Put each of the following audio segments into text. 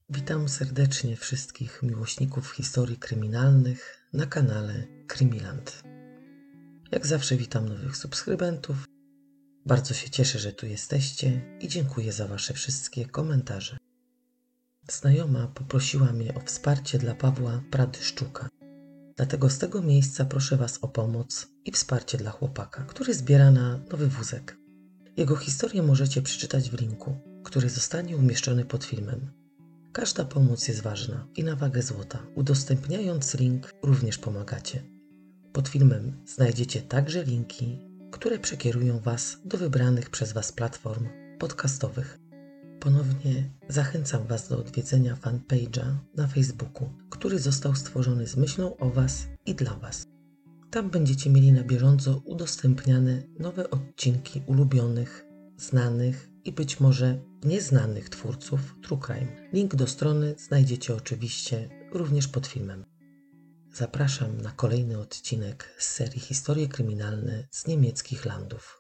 Witam serdecznie wszystkich miłośników historii kryminalnych na kanale Krymiland. Jak zawsze witam nowych subskrybentów. Bardzo się cieszę, że tu jesteście i dziękuję za Wasze wszystkie komentarze. Znajoma poprosiła mnie o wsparcie dla Pawła Pradyszczuka. Dlatego z tego miejsca proszę Was o pomoc i wsparcie dla chłopaka, który zbiera na nowy wózek. Jego historię możecie przeczytać w linku, który zostanie umieszczony pod filmem. Każda pomoc jest ważna i na wagę złota. Udostępniając link również pomagacie. Pod filmem znajdziecie także linki, które przekierują Was do wybranych przez Was platform podcastowych. Ponownie zachęcam Was do odwiedzenia fanpage'a na Facebooku, który został stworzony z myślą o Was i dla Was. Tam będziecie mieli na bieżąco udostępniane nowe odcinki ulubionych, znanych i być może nieznanych twórców True Crime. Link do strony znajdziecie oczywiście również pod filmem. Zapraszam na kolejny odcinek z serii Historie kryminalne z niemieckich landów.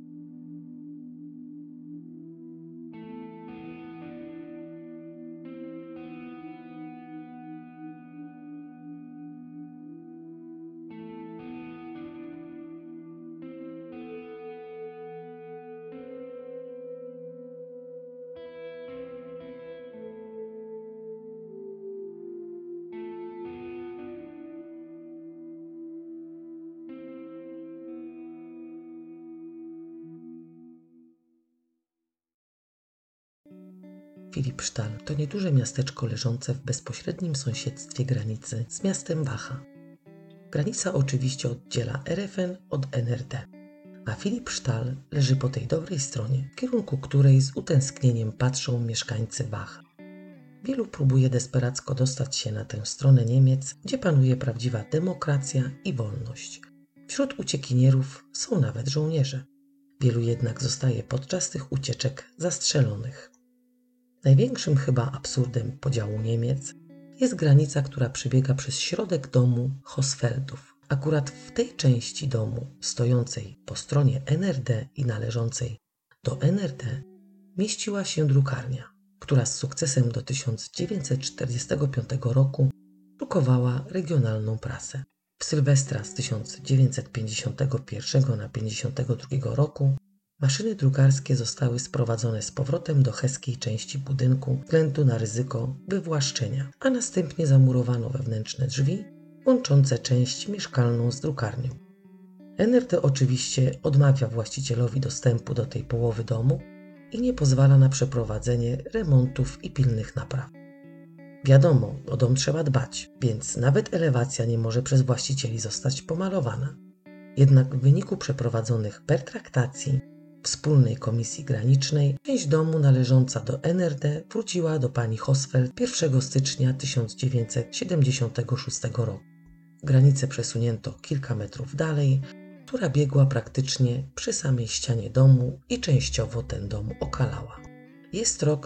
Philippsthal to nieduże miasteczko leżące w bezpośrednim sąsiedztwie granicy z miastem Wacha. Granica oczywiście oddziela RFN od NRD, a Philippsthal leży po tej dobrej stronie, w kierunku której z utęsknieniem patrzą mieszkańcy Wacha. Wielu próbuje desperacko dostać się na tę stronę Niemiec, gdzie panuje prawdziwa demokracja i wolność. Wśród uciekinierów są nawet żołnierze. Wielu jednak zostaje podczas tych ucieczek zastrzelonych. Największym chyba absurdem podziału Niemiec jest granica, która przebiega przez środek domu Hosfeldów. Akurat w tej części domu, stojącej po stronie NRD i należącej do NRD, mieściła się drukarnia, która z sukcesem do 1945 roku drukowała regionalną prasę. W Sylwestra z 1951 na 1952 roku maszyny drukarskie zostały sprowadzone z powrotem do cheskiej części budynku ze względu na ryzyko wywłaszczenia, a następnie zamurowano wewnętrzne drzwi łączące część mieszkalną z drukarnią. NRD oczywiście odmawia właścicielowi dostępu do tej połowy domu i nie pozwala na przeprowadzenie remontów i pilnych napraw. Wiadomo, o dom trzeba dbać, więc nawet elewacja nie może przez właścicieli zostać pomalowana. Jednak w wyniku przeprowadzonych pertraktacji Wspólnej Komisji Granicznej część domu należąca do NRD wróciła do pani Hosfeld 1 stycznia 1976 roku. Granicę przesunięto kilka metrów dalej, która biegła praktycznie przy samej ścianie domu i częściowo ten dom okalała. Jest rok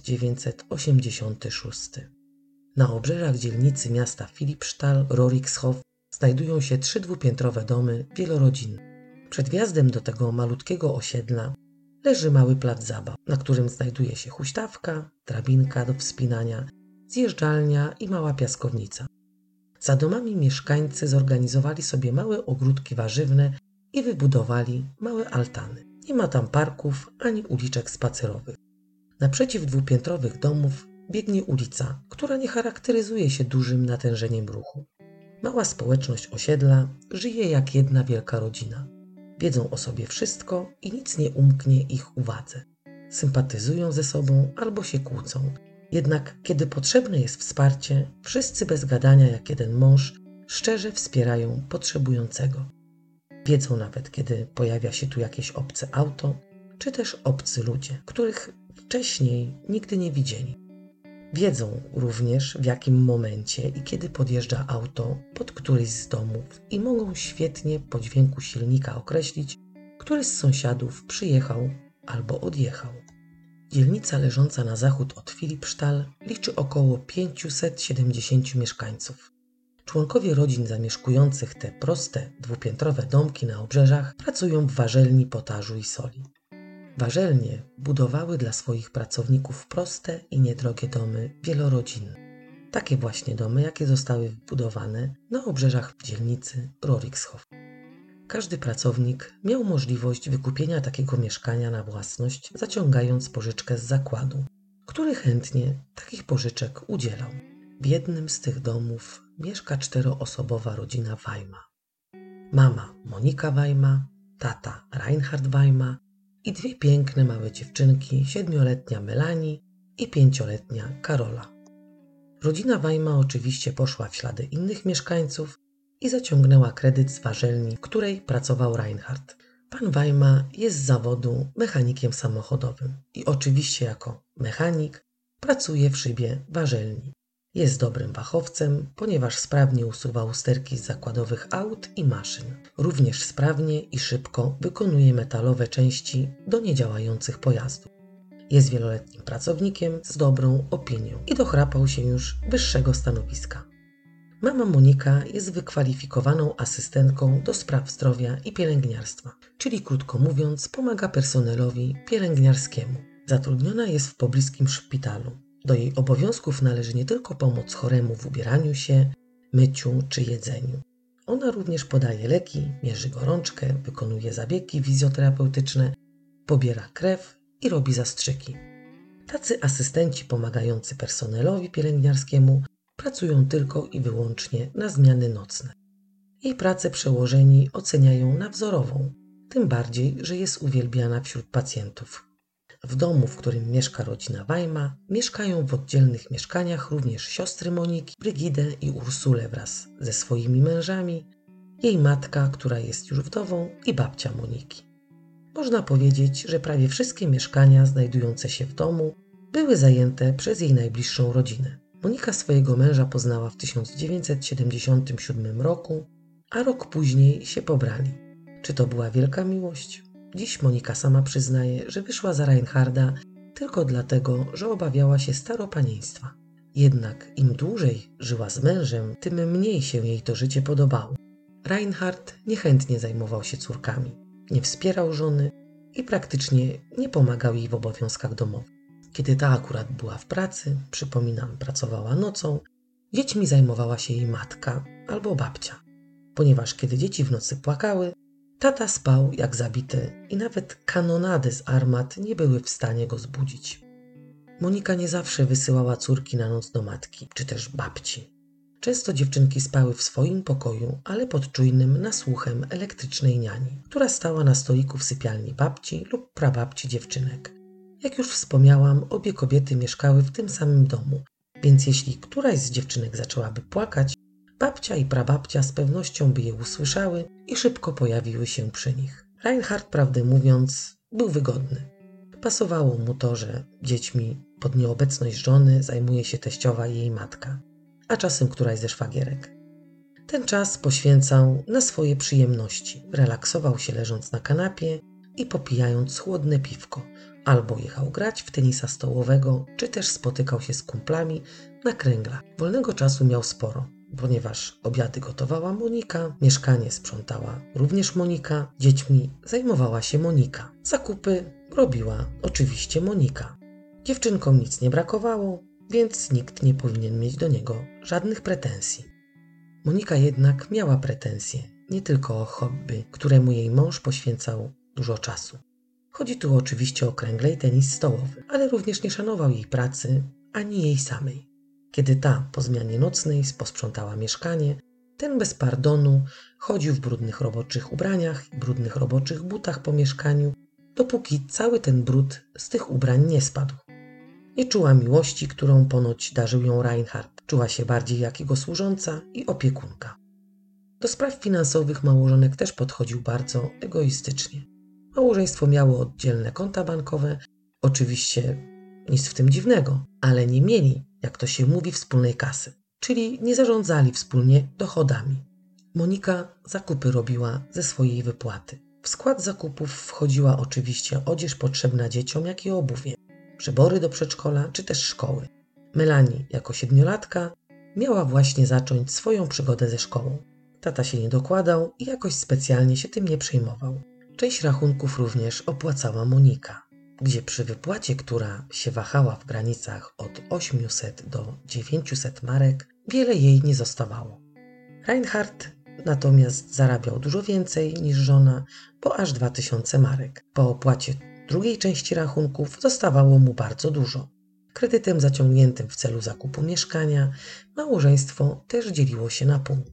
1986. Na obrzeżach dzielnicy miasta Philippsthal, Rorikshof znajdują się 3 dwupiętrowe domy wielorodzinne. Przed wjazdem do tego malutkiego osiedla leży mały plac zabaw, na którym znajduje się huśtawka, drabinka do wspinania, zjeżdżalnia i mała piaskownica. Za domami mieszkańcy zorganizowali sobie małe ogródki warzywne i wybudowali małe altany. Nie ma tam parków ani uliczek spacerowych. Naprzeciw dwupiętrowych domów biegnie ulica, która nie charakteryzuje się dużym natężeniem ruchu. Mała społeczność osiedla żyje jak jedna wielka rodzina. Wiedzą o sobie wszystko i nic nie umknie ich uwadze. Sympatyzują ze sobą albo się kłócą. Jednak kiedy potrzebne jest wsparcie, wszyscy bez gadania jak jeden mąż szczerze wspierają potrzebującego. Wiedzą nawet, kiedy pojawia się tu jakieś obce auto, czy też obcy ludzie, których wcześniej nigdy nie widzieli. Wiedzą również, w jakim momencie i kiedy podjeżdża auto pod któryś z domów i mogą świetnie po dźwięku silnika określić, który z sąsiadów przyjechał albo odjechał. Dzielnica leżąca na zachód od Philippsthal liczy około 570 mieszkańców. Członkowie rodzin zamieszkujących te proste, dwupiętrowe domki na obrzeżach pracują w warzelni potażu i soli. Warzelnie budowały dla swoich pracowników proste i niedrogie domy wielorodzinne. Takie właśnie domy, jakie zostały wybudowane na obrzeżach dzielnicy Rorikshof. Każdy pracownik miał możliwość wykupienia takiego mieszkania na własność, zaciągając pożyczkę z zakładu, który chętnie takich pożyczek udzielał. W jednym z tych domów mieszka 4-osobowa rodzina Weima. Mama Monika Weima, tata Reinhard Weima i 2 piękne małe dziewczynki, 7-letnia Melanie i 5-letnia Karola. Rodzina Weima oczywiście poszła w ślady innych mieszkańców i zaciągnęła kredyt z warzelni, w której pracował Reinhard. Pan Weima jest z zawodu mechanikiem samochodowym i oczywiście jako mechanik pracuje w szybie warzelni. Jest dobrym fachowcem, ponieważ sprawnie usuwa usterki z zakładowych aut i maszyn. Również sprawnie i szybko wykonuje metalowe części do niedziałających pojazdów. Jest wieloletnim pracownikiem z dobrą opinią i dochrapał się już wyższego stanowiska. Mama Monika jest wykwalifikowaną asystentką do spraw zdrowia i pielęgniarstwa, czyli krótko mówiąc pomaga personelowi pielęgniarskiemu. Zatrudniona jest w pobliskim szpitalu. Do jej obowiązków należy nie tylko pomoc choremu w ubieraniu się, myciu czy jedzeniu. Ona również podaje leki, mierzy gorączkę, wykonuje zabiegi fizjoterapeutyczne, pobiera krew i robi zastrzyki. Tacy asystenci pomagający personelowi pielęgniarskiemu pracują tylko i wyłącznie na zmiany nocne. Jej pracę przełożeni oceniają na wzorową, tym bardziej, że jest uwielbiana wśród pacjentów. W domu, w którym mieszka rodzina Weima, mieszkają w oddzielnych mieszkaniach również siostry Moniki, Brygidę i Ursulę wraz ze swoimi mężami, jej matka, która jest już wdową, i babcia Moniki. Można powiedzieć, że prawie wszystkie mieszkania znajdujące się w domu były zajęte przez jej najbliższą rodzinę. Monika swojego męża poznała w 1977 roku, a rok później się pobrali. Czy to była wielka miłość? Dziś Monika sama przyznaje, że wyszła za Reinharda tylko dlatego, że obawiała się staropanieństwa. Jednak im dłużej żyła z mężem, tym mniej się jej to życie podobało. Reinhard niechętnie zajmował się córkami, nie wspierał żony i praktycznie nie pomagał jej w obowiązkach domowych. Kiedy ta akurat była w pracy, przypominam, pracowała nocą, dziećmi zajmowała się jej matka albo babcia. Ponieważ kiedy dzieci w nocy płakały, tata spał jak zabity i nawet kanonady z armat nie były w stanie go zbudzić. Monika nie zawsze wysyłała córki na noc do matki, czy też babci. Często dziewczynki spały w swoim pokoju, ale pod czujnym nasłuchem elektrycznej niani, która stała na stoliku w sypialni babci lub prababci dziewczynek. Jak już wspomniałam, obie kobiety mieszkały w tym samym domu, więc jeśli któraś z dziewczynek zaczęłaby płakać, babcia i prababcia z pewnością by je usłyszały i szybko pojawiły się przy nich. Reinhard, prawdę mówiąc, był wygodny. Pasowało mu to, że dziećmi pod nieobecność żony zajmuje się teściowa i jej matka, a czasem któraś ze szwagierek. Ten czas poświęcał na swoje przyjemności, relaksował się leżąc na kanapie i popijając chłodne piwko, albo jechał grać w tenisa stołowego, czy też spotykał się z kumplami na kręglach. Wolnego czasu miał sporo, ponieważ obiady gotowała Monika, mieszkanie sprzątała również Monika, dziećmi zajmowała się Monika, zakupy robiła oczywiście Monika. Dziewczynkom nic nie brakowało, więc nikt nie powinien mieć do niego żadnych pretensji. Monika jednak miała pretensje, nie tylko o hobby, któremu jej mąż poświęcał dużo czasu. Chodzi tu oczywiście o kręgle i tenis stołowy, ale również nie szanował jej pracy, ani jej samej. Kiedy ta po zmianie nocnej posprzątała mieszkanie, ten bez pardonu chodził w brudnych roboczych ubraniach i brudnych roboczych butach po mieszkaniu, dopóki cały ten brud z tych ubrań nie spadł. Nie czuła miłości, którą ponoć darzył ją Reinhard. Czuła się bardziej jak jego służąca i opiekunka. Do spraw finansowych małżonek też podchodził bardzo egoistycznie. Małżeństwo miało oddzielne konta bankowe, oczywiście nic w tym dziwnego, ale nie mieli, jak to się mówi, wspólnej kasy, czyli nie zarządzali wspólnie dochodami. Monika zakupy robiła ze swojej wypłaty. W skład zakupów wchodziła oczywiście odzież potrzebna dzieciom, jak i obuwie, przybory do przedszkola czy też szkoły. Melanie jako 7-latka miała właśnie zacząć swoją przygodę ze szkołą. Tata się nie dokładał i jakoś specjalnie się tym nie przejmował. Część rachunków również opłacała Monika. gdzie przy wypłacie, która się wahała w granicach od 800 do 900 marek, wiele jej nie zostawało. Reinhard natomiast zarabiał dużo więcej niż żona, bo aż 2000 marek. Po opłacie drugiej części rachunków zostawało mu bardzo dużo. Kredytem zaciągniętym w celu zakupu mieszkania małżeństwo też dzieliło się na pół.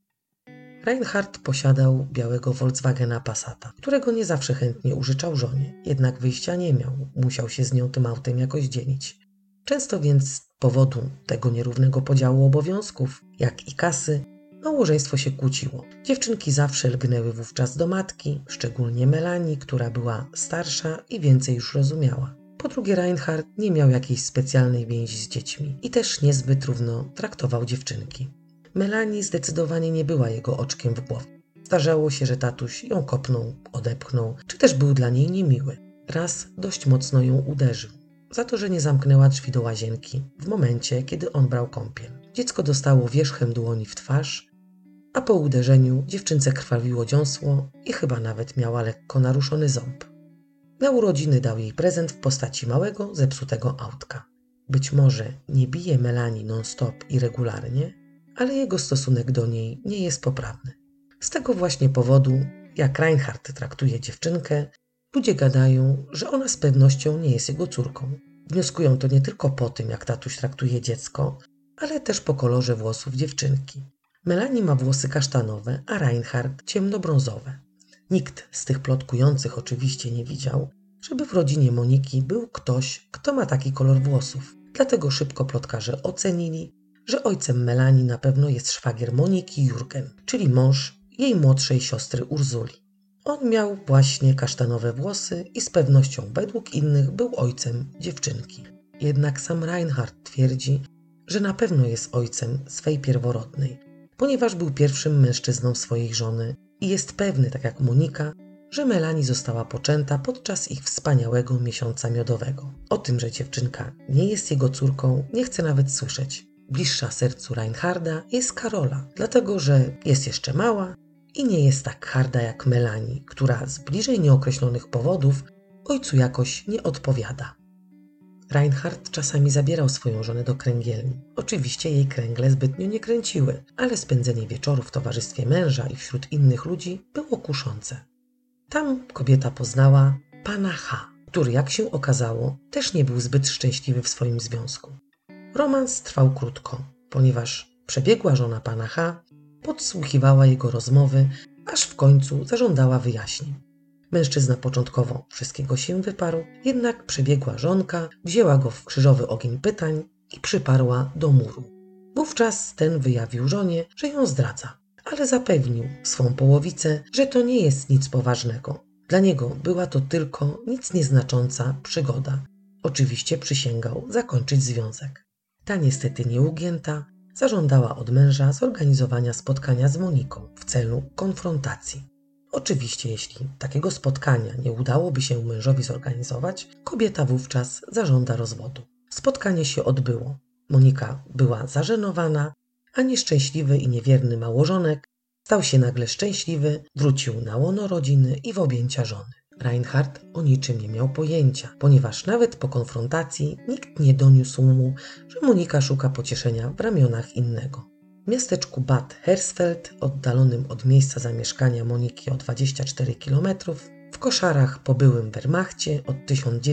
Reinhard posiadał białego Volkswagena Passata, którego nie zawsze chętnie użyczał żonie, jednak wyjścia nie miał, musiał się z nią tym autem jakoś dzielić. Często więc z powodu tego nierównego podziału obowiązków, jak i kasy, małżeństwo się kłóciło. Dziewczynki zawsze lgnęły wówczas do matki, szczególnie Melanie, która była starsza i więcej już rozumiała. Po drugie, Reinhard nie miał jakiejś specjalnej więzi z dziećmi i też niezbyt równo traktował dziewczynki. Melanie zdecydowanie nie była jego oczkiem w głowie. Zdarzało się, że tatuś ją kopnął, odepchnął, czy też był dla niej niemiły. Raz dość mocno ją uderzył, za to, że nie zamknęła drzwi do łazienki w momencie, kiedy on brał kąpiel. Dziecko dostało wierzchem dłoni w twarz, a po uderzeniu dziewczynce krwawiło dziąsło i chyba nawet miała lekko naruszony ząb. Na urodziny dał jej prezent w postaci małego, zepsutego autka. Być może nie bije Melanie non-stop i regularnie, ale jego stosunek do niej nie jest poprawny. Z tego właśnie powodu, jak Reinhard traktuje dziewczynkę, ludzie gadają, że ona z pewnością nie jest jego córką. Wnioskują to nie tylko po tym, jak tatuś traktuje dziecko, ale też po kolorze włosów dziewczynki. Melanie ma włosy kasztanowe, a Reinhard ciemnobrązowe. Nikt z tych plotkujących oczywiście nie widział, żeby w rodzinie Moniki był ktoś, kto ma taki kolor włosów. Dlatego szybko plotkarze ocenili, że ojcem Melanie na pewno jest szwagier Moniki Jurgen, czyli mąż jej młodszej siostry Urzuli. On miał właśnie kasztanowe włosy i z pewnością według innych był ojcem dziewczynki. Jednak sam Reinhard twierdzi, że na pewno jest ojcem swej pierworodnej, ponieważ był pierwszym mężczyzną swojej żony i jest pewny, tak jak Monika, że Melanie została poczęta podczas ich wspaniałego miesiąca miodowego. O tym, że dziewczynka nie jest jego córką, nie chce nawet słyszeć. Bliższa sercu Reinharda jest Karola, dlatego że jest jeszcze mała i nie jest tak harda jak Melanie, która z bliżej nieokreślonych powodów ojcu jakoś nie odpowiada. Reinhard czasami zabierał swoją żonę do kręgielni. Oczywiście jej kręgle zbytnio nie kręciły, ale spędzenie wieczoru w towarzystwie męża i wśród innych ludzi było kuszące. Tam kobieta poznała pana H., który, jak się okazało, też nie był zbyt szczęśliwy w swoim związku. Romans trwał krótko, ponieważ przebiegła żona pana H. podsłuchiwała jego rozmowy, aż w końcu zażądała wyjaśnień. Mężczyzna początkowo wszystkiego się wyparł, jednak przebiegła żonka, wzięła go w krzyżowy ogień pytań i przyparła do muru. Wówczas ten wyjawił żonie, że ją zdradza, ale zapewnił swą połowicę, że to nie jest nic poważnego. Dla niego była to tylko nic nieznacząca przygoda. Oczywiście przysięgał zakończyć związek. Ta niestety nieugięta zażądała od męża zorganizowania spotkania z Moniką w celu konfrontacji. Oczywiście, jeśli takiego spotkania nie udałoby się mężowi zorganizować, kobieta wówczas zażąda rozwodu. Spotkanie się odbyło. Monika była zażenowana, a nieszczęśliwy i niewierny małżonek stał się nagle szczęśliwy, wrócił na łono rodziny i w objęcia żony. Reinhard o niczym nie miał pojęcia, ponieważ nawet po konfrontacji nikt nie doniósł mu, że Monika szuka pocieszenia w ramionach innego. W miasteczku Bad Hersfeld, oddalonym od miejsca zamieszkania Moniki o 24 km, w koszarach po byłym Wehrmachcie od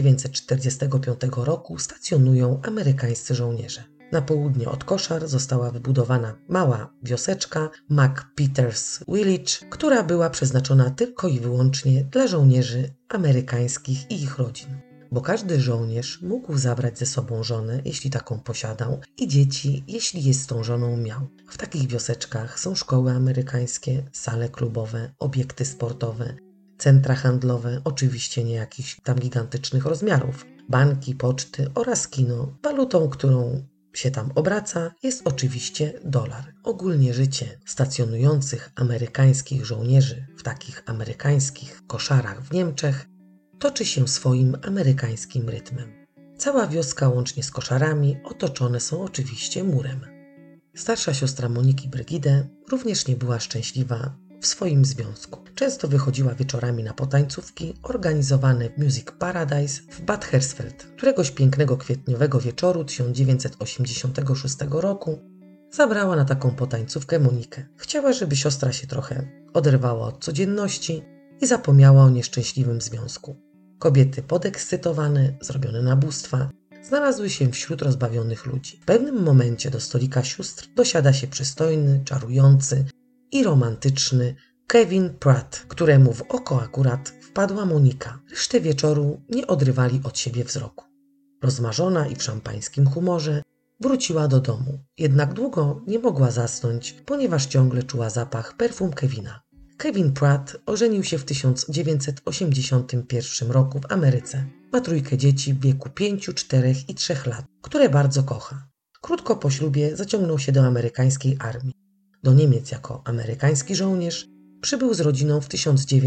1945 roku stacjonują amerykańscy żołnierze. Na południe od koszar została wybudowana mała wioseczka McPeters Village, która była przeznaczona tylko i wyłącznie dla żołnierzy amerykańskich i ich rodzin. Bo każdy żołnierz mógł zabrać ze sobą żonę, jeśli taką posiadał, i dzieci, jeśli je z tą żoną miał. W takich wioseczkach są szkoły amerykańskie, sale klubowe, obiekty sportowe, centra handlowe, oczywiście nie jakichś tam gigantycznych rozmiarów, banki, poczty oraz kino. Walutą, którą się tam obraca, jest oczywiście dolar. Ogólnie życie stacjonujących amerykańskich żołnierzy w takich amerykańskich koszarach w Niemczech toczy się swoim amerykańskim rytmem. Cała wioska łącznie z koszarami otoczone są oczywiście murem. Starsza siostra Moniki Brygide również nie była szczęśliwa w swoim związku. Często wychodziła wieczorami na potańcówki organizowane w Music Paradise w Bad Hersfeld. Któregoś pięknego kwietniowego wieczoru 1986 roku zabrała na taką potańcówkę Monikę. Chciała, żeby siostra się trochę oderwała od codzienności i zapomniała o nieszczęśliwym związku. Kobiety podekscytowane, zrobione nabóstwa, znalazły się wśród rozbawionych ludzi. W pewnym momencie do stolika sióstr dosiada się przystojny, czarujący i romantyczny Kevin Pratt, któremu w oko akurat wpadła Monika. Resztę wieczoru nie odrywali od siebie wzroku. Rozmarzona i w szampańskim humorze wróciła do domu. Jednak długo nie mogła zasnąć, ponieważ ciągle czuła zapach perfum Kevina. Kevin Pratt ożenił się w 1981 roku w Ameryce. Ma 3 dzieci w wieku 5, 4 i 3 lat, które bardzo kocha. Krótko po ślubie zaciągnął się do amerykańskiej armii. Do Niemiec jako amerykański żołnierz przybył z rodziną w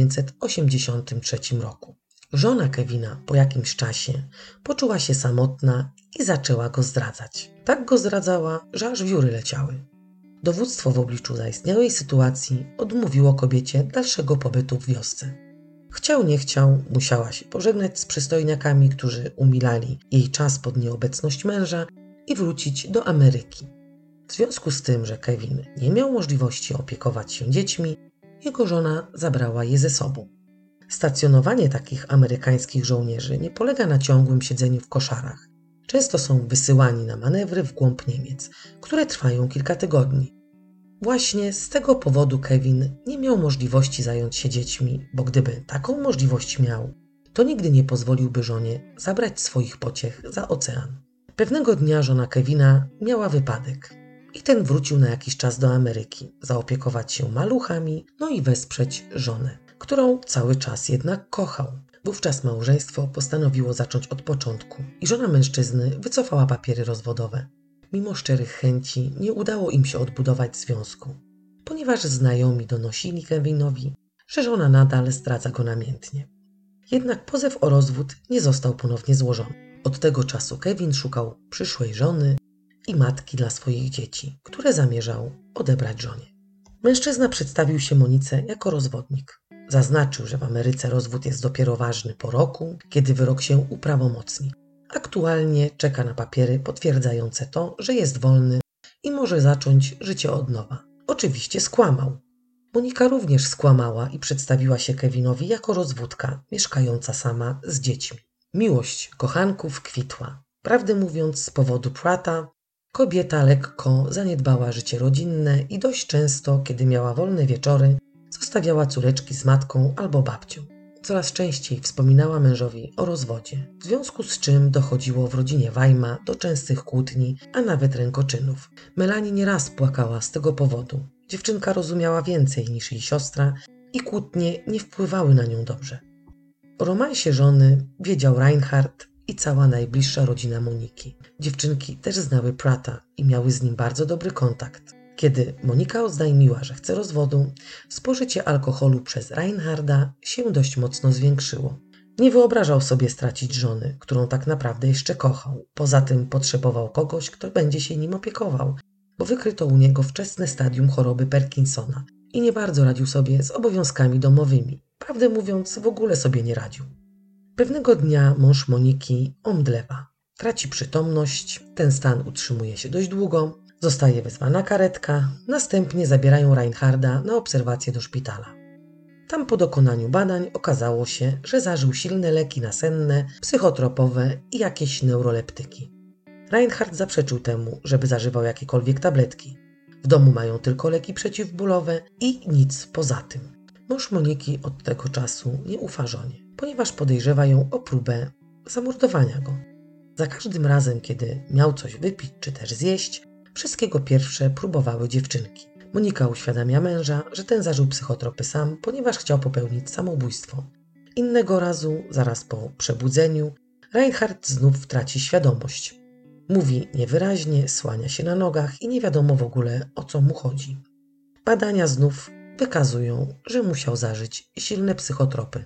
1983 roku. Żona Kevina po jakimś czasie poczuła się samotna i zaczęła go zdradzać. Tak go zdradzała, że aż wióry leciały. Dowództwo w obliczu zaistniałej sytuacji odmówiło kobiecie dalszego pobytu w wiosce. Chciał nie chciał, musiała się pożegnać z przystojniakami, którzy umilali jej czas pod nieobecność męża i wrócić do Ameryki. W związku z tym, że Kevin nie miał możliwości opiekować się dziećmi, jego żona zabrała je ze sobą. Stacjonowanie takich amerykańskich żołnierzy nie polega na ciągłym siedzeniu w koszarach. Często są wysyłani na manewry w głąb Niemiec, które trwają kilka tygodni. Właśnie z tego powodu Kevin nie miał możliwości zająć się dziećmi, bo gdyby taką możliwość miał, to nigdy nie pozwoliłby żonie zabrać swoich pociech za ocean. Pewnego dnia żona Kevina miała wypadek i ten wrócił na jakiś czas do Ameryki, zaopiekować się maluchami, no i wesprzeć żonę, którą cały czas jednak kochał. Wówczas małżeństwo postanowiło zacząć od początku i żona mężczyzny wycofała papiery rozwodowe. Mimo szczerych chęci nie udało im się odbudować związku, ponieważ znajomi donosili Kevinowi, że żona nadal zdradza go namiętnie. Jednak pozew o rozwód nie został ponownie złożony. Od tego czasu Kevin szukał przyszłej żony i matki dla swoich dzieci, które zamierzał odebrać żonie. Mężczyzna przedstawił się Monice jako rozwodnik. Zaznaczył, że w Ameryce rozwód jest dopiero ważny po roku, kiedy wyrok się uprawomocni. Aktualnie czeka na papiery potwierdzające to, że jest wolny i może zacząć życie od nowa. Oczywiście skłamał. Monika również skłamała i przedstawiła się Kevinowi jako rozwódka, mieszkająca sama z dziećmi. Miłość kochanków kwitła. Prawdę mówiąc, z powodu Pratta kobieta lekko zaniedbała życie rodzinne i dość często, kiedy miała wolne wieczory, zostawiała córeczki z matką albo babcią. Coraz częściej wspominała mężowi o rozwodzie, w związku z czym dochodziło w rodzinie Weima do częstych kłótni, a nawet rękoczynów. Melanie nieraz płakała z tego powodu. Dziewczynka rozumiała więcej niż jej siostra i kłótnie nie wpływały na nią dobrze. O romansie żony wiedział Reinhard i cała najbliższa rodzina Moniki. Dziewczynki też znały Pratta i miały z nim bardzo dobry kontakt. Kiedy Monika oznajmiła, że chce rozwodu, spożycie alkoholu przez Reinharda się dość mocno zwiększyło. Nie wyobrażał sobie stracić żony, którą tak naprawdę jeszcze kochał. Poza tym potrzebował kogoś, kto będzie się nim opiekował, bo wykryto u niego wczesne stadium choroby Parkinsona i nie bardzo radził sobie z obowiązkami domowymi. Prawdę mówiąc, w ogóle sobie nie radził. Pewnego dnia mąż Moniki omdlewa. Traci przytomność, ten stan utrzymuje się dość długo. Zostaje wezwana karetka, następnie zabierają Reinharda na obserwację do szpitala. Tam po dokonaniu badań okazało się, że zażył silne leki nasenne, psychotropowe i jakieś neuroleptyki. Reinhard zaprzeczył temu, żeby zażywał jakiekolwiek tabletki. W domu mają tylko leki przeciwbólowe i nic poza tym. Mąż Moniki od tego czasu nie ufa żonie, ponieważ podejrzewa ją o próbę zamordowania go. Za każdym razem, kiedy miał coś wypić czy też zjeść, wszystkiego pierwsze próbowały dziewczynki. Monika uświadamia męża, że ten zażył psychotropy sam, ponieważ chciał popełnić samobójstwo. Innego razu, zaraz po przebudzeniu, Reinhard znów traci świadomość. Mówi niewyraźnie, słania się na nogach i nie wiadomo w ogóle, o co mu chodzi. Badania znów wykazują, że musiał zażyć silne psychotropy.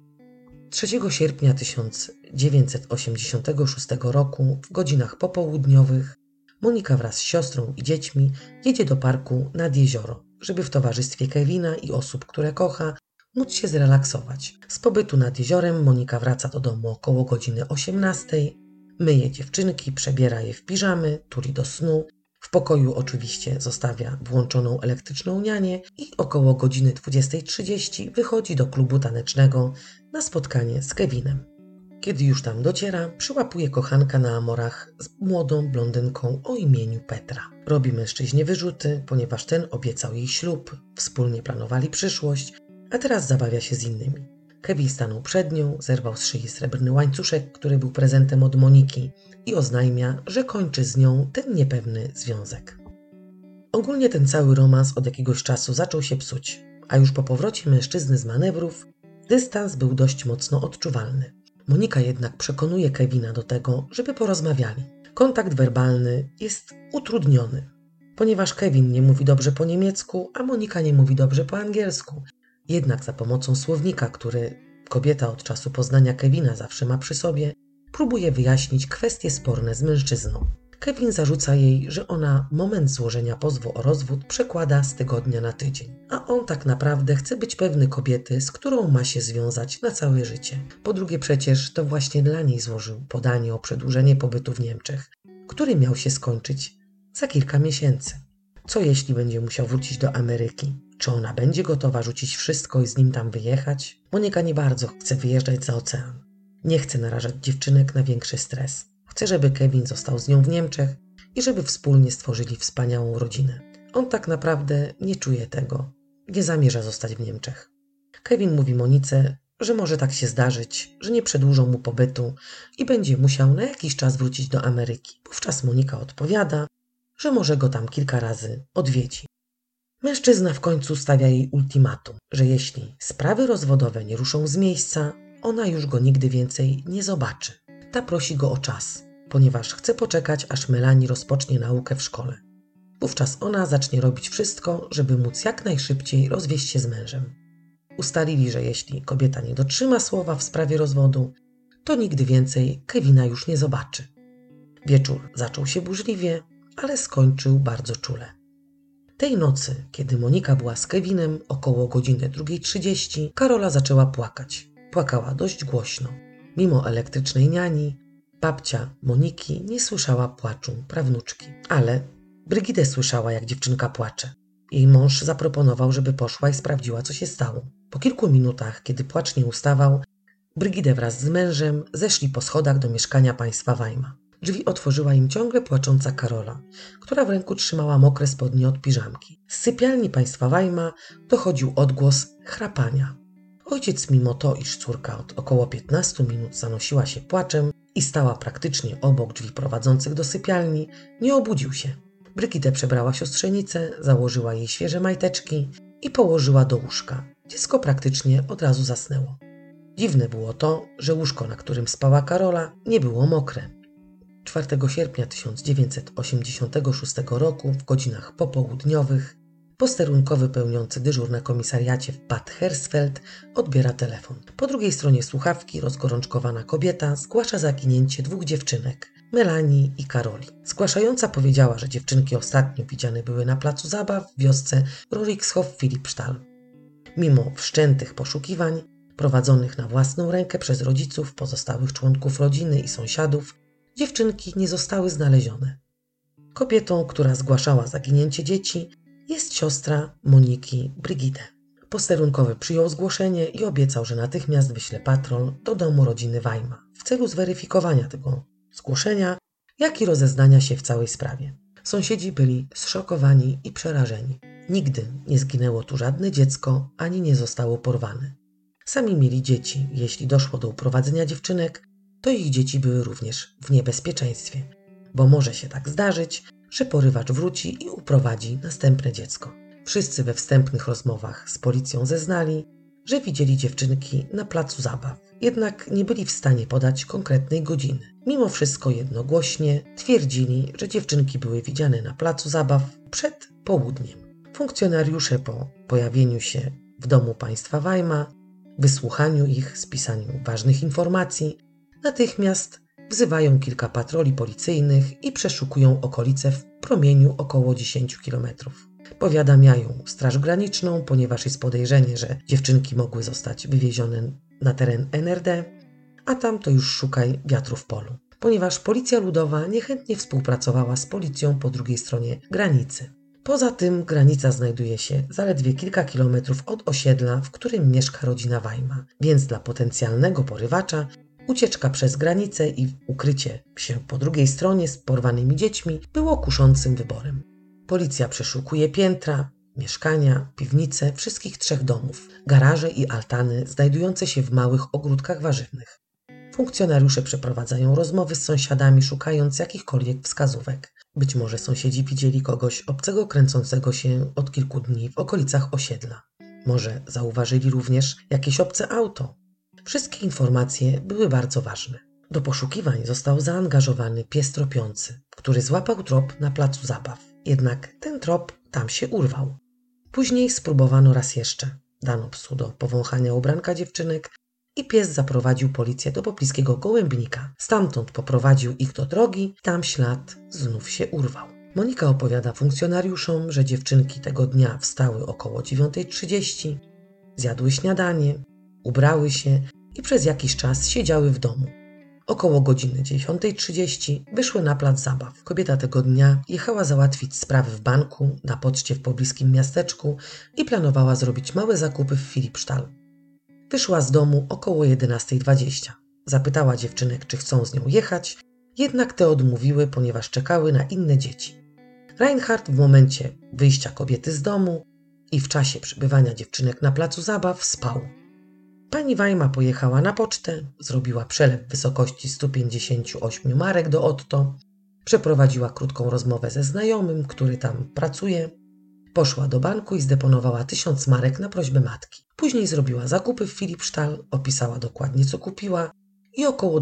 3 sierpnia 1986 roku w godzinach popołudniowych Monika wraz z siostrą i dziećmi jedzie do parku nad jezioro. żeby w towarzystwie Kevina i osób, które kocha, móc się zrelaksować. Z pobytu nad jeziorem Monika wraca do domu około godziny 18, myje dziewczynki, przebiera je w piżamy, tuli do snu. W pokoju oczywiście zostawia włączoną elektryczną nianię i około godziny 20:30 wychodzi do klubu tanecznego na spotkanie z Kevinem. Kiedy już tam dociera, przyłapuje kochanka na amorach z młodą blondynką o imieniu Petra. Robi mężczyźnie wyrzuty, ponieważ ten obiecał jej ślub, wspólnie planowali przyszłość, a teraz zabawia się z innymi. Kevin stanął przed nią, zerwał z szyi srebrny łańcuszek, który był prezentem od Moniki i oznajmia, że kończy z nią ten niepewny związek. Ogólnie ten cały romans od jakiegoś czasu zaczął się psuć, a już po powrocie mężczyzny z manewrów dystans był dość mocno odczuwalny. Monika jednak przekonuje Kevina do tego, żeby porozmawiali. Kontakt werbalny jest utrudniony, ponieważ Kevin nie mówi dobrze po niemiecku, a Monika nie mówi dobrze po angielsku. Jednak za pomocą słownika, który kobieta od czasu poznania Kevina zawsze ma przy sobie, próbuje wyjaśnić kwestie sporne z mężczyzną. Kevin zarzuca jej, że ona moment złożenia pozwu o rozwód przekłada z tygodnia na tydzień, a on tak naprawdę chce być pewny kobiety, z którą ma się związać na całe życie. Po drugie przecież to właśnie dla niej złożył podanie o przedłużenie pobytu w Niemczech, który miał się skończyć za kilka miesięcy. Co jeśli będzie musiał wrócić do Ameryki? Czy ona będzie gotowa rzucić wszystko i z nim tam wyjechać? Monika nie bardzo chce wyjeżdżać za ocean. Nie chce narażać dziewczynek na większy stres. Chce, żeby Kevin został z nią w Niemczech i żeby wspólnie stworzyli wspaniałą rodzinę. On tak naprawdę nie czuje tego. Nie zamierza zostać w Niemczech. Kevin mówi Monice, że może tak się zdarzyć, że nie przedłużą mu pobytu i będzie musiał na jakiś czas wrócić do Ameryki. Wówczas Monika odpowiada, że może go tam kilka razy odwiedzi. Mężczyzna w końcu stawia jej ultimatum, że jeśli sprawy rozwodowe nie ruszą z miejsca, ona już go nigdy więcej nie zobaczy. Ta prosi go o czas, ponieważ chce poczekać, aż Melanie rozpocznie naukę w szkole. Wówczas ona zacznie robić wszystko, żeby móc jak najszybciej rozwieść się z mężem. Ustalili, że jeśli kobieta nie dotrzyma słowa w sprawie rozwodu, to nigdy więcej Kevina już nie zobaczy. Wieczór zaczął się burzliwie, ale skończył bardzo czule. Tej nocy, kiedy Monika była z Kevinem około godziny 2:30, Karola zaczęła płakać. Płakała dość głośno. Mimo elektrycznej niani, babcia Moniki nie słyszała płaczu prawnuczki. Ale Brygidę słyszała, jak dziewczynka płacze. Jej mąż zaproponował, żeby poszła i sprawdziła, co się stało. Po kilku minutach, kiedy płacz nie ustawał, Brygidę wraz z mężem zeszli po schodach do mieszkania państwa Weima. Drzwi otworzyła im ciągle płacząca Karola, która w ręku trzymała mokre spodnie od piżamki. Z sypialni państwa Weima dochodził odgłos chrapania. Ojciec, mimo to, iż córka od około 15 minut zanosiła się płaczem i stała praktycznie obok drzwi prowadzących do sypialni, nie obudził się. Brygidę przebrała siostrzenicę, założyła jej świeże majteczki i położyła do łóżka. Dziecko praktycznie od razu zasnęło. Dziwne było to, że łóżko, na którym spała Karola, nie było mokre. 4 sierpnia 1986 roku w godzinach popołudniowych posterunkowy pełniący dyżur na komisariacie w Bad Hersfeld odbiera telefon. Po drugiej stronie słuchawki rozgorączkowana kobieta zgłasza zaginięcie 2 dziewczynek, Melanie i Karoli. Zgłaszająca powiedziała, że dziewczynki ostatnio widziane były na placu zabaw w wiosce Rorikshof-Philippsthal. Mimo wszczętych poszukiwań, prowadzonych na własną rękę przez rodziców, pozostałych członków rodziny i sąsiadów, dziewczynki nie zostały znalezione. Kobietą, która zgłaszała zaginięcie dzieci, jest siostra Moniki, Brygidę. Posterunkowy przyjął zgłoszenie i obiecał, że natychmiast wyśle patrol do domu rodziny Weima w celu zweryfikowania tego zgłoszenia, jak i rozeznania się w całej sprawie. Sąsiedzi byli zszokowani i przerażeni. Nigdy nie zginęło tu żadne dziecko, ani nie zostało porwane. Sami mieli dzieci. Jeśli doszło do uprowadzenia dziewczynek, to ich dzieci były również w niebezpieczeństwie, bo może się tak zdarzyć, że porywacz wróci i uprowadzi następne dziecko. Wszyscy we wstępnych rozmowach z policją zeznali, że widzieli dziewczynki na placu zabaw, jednak nie byli w stanie podać konkretnej godziny. Mimo wszystko jednogłośnie twierdzili, że dziewczynki były widziane na placu zabaw przed południem. Funkcjonariusze po pojawieniu się w domu państwa Weima, wysłuchaniu ich, spisaniu ważnych informacji, natychmiast wzywają kilka patroli policyjnych i przeszukują okolice w promieniu około 10 km. Powiadamiają Straż Graniczną, ponieważ jest podejrzenie, że dziewczynki mogły zostać wywiezione na teren NRD, a tam to już szukaj wiatru w polu, ponieważ Policja Ludowa niechętnie współpracowała z policją po drugiej stronie granicy. Poza tym granica znajduje się zaledwie kilka kilometrów od osiedla, w którym mieszka rodzina Wajma, więc dla potencjalnego porywacza ucieczka przez granicę i ukrycie się po drugiej stronie z porwanymi dziećmi było kuszącym wyborem. Policja przeszukuje piętra, mieszkania, piwnice wszystkich 3 domów, garaże i altany znajdujące się w małych ogródkach warzywnych. Funkcjonariusze przeprowadzają rozmowy z sąsiadami, szukając jakichkolwiek wskazówek. Być może sąsiedzi widzieli kogoś obcego kręcącego się od kilku dni w okolicach osiedla. Może zauważyli również jakieś obce auto. Wszystkie informacje były bardzo ważne. Do poszukiwań został zaangażowany pies tropiący, który złapał trop na placu zabaw. Jednak ten trop tam się urwał. Później spróbowano raz jeszcze. Dano psu do powąchania ubranka dziewczynek i pies zaprowadził policję do pobliskiego gołębnika. Stamtąd poprowadził ich do drogi, tam ślad znów się urwał. Monika opowiada funkcjonariuszom, że dziewczynki tego dnia wstały około 9:30, zjadły śniadanie, ubrały się i przez jakiś czas siedziały w domu. Około godziny 10:30 wyszły na plac zabaw. Kobieta tego dnia jechała załatwić sprawy w banku, na poczcie w pobliskim miasteczku i planowała zrobić małe zakupy w Filipsztal. Wyszła z domu około 11:20. Zapytała dziewczynek, czy chcą z nią jechać, jednak te odmówiły, ponieważ czekały na inne dzieci. Reinhard w momencie wyjścia kobiety z domu i w czasie przebywania dziewczynek na placu zabaw spał. Pani Wajma pojechała na pocztę, zrobiła przelew w wysokości 158 marek do Otto, przeprowadziła krótką rozmowę ze znajomym, który tam pracuje, poszła do banku i zdeponowała 1000 marek na prośbę matki. Później zrobiła zakupy w Filipsztal, opisała dokładnie co kupiła i około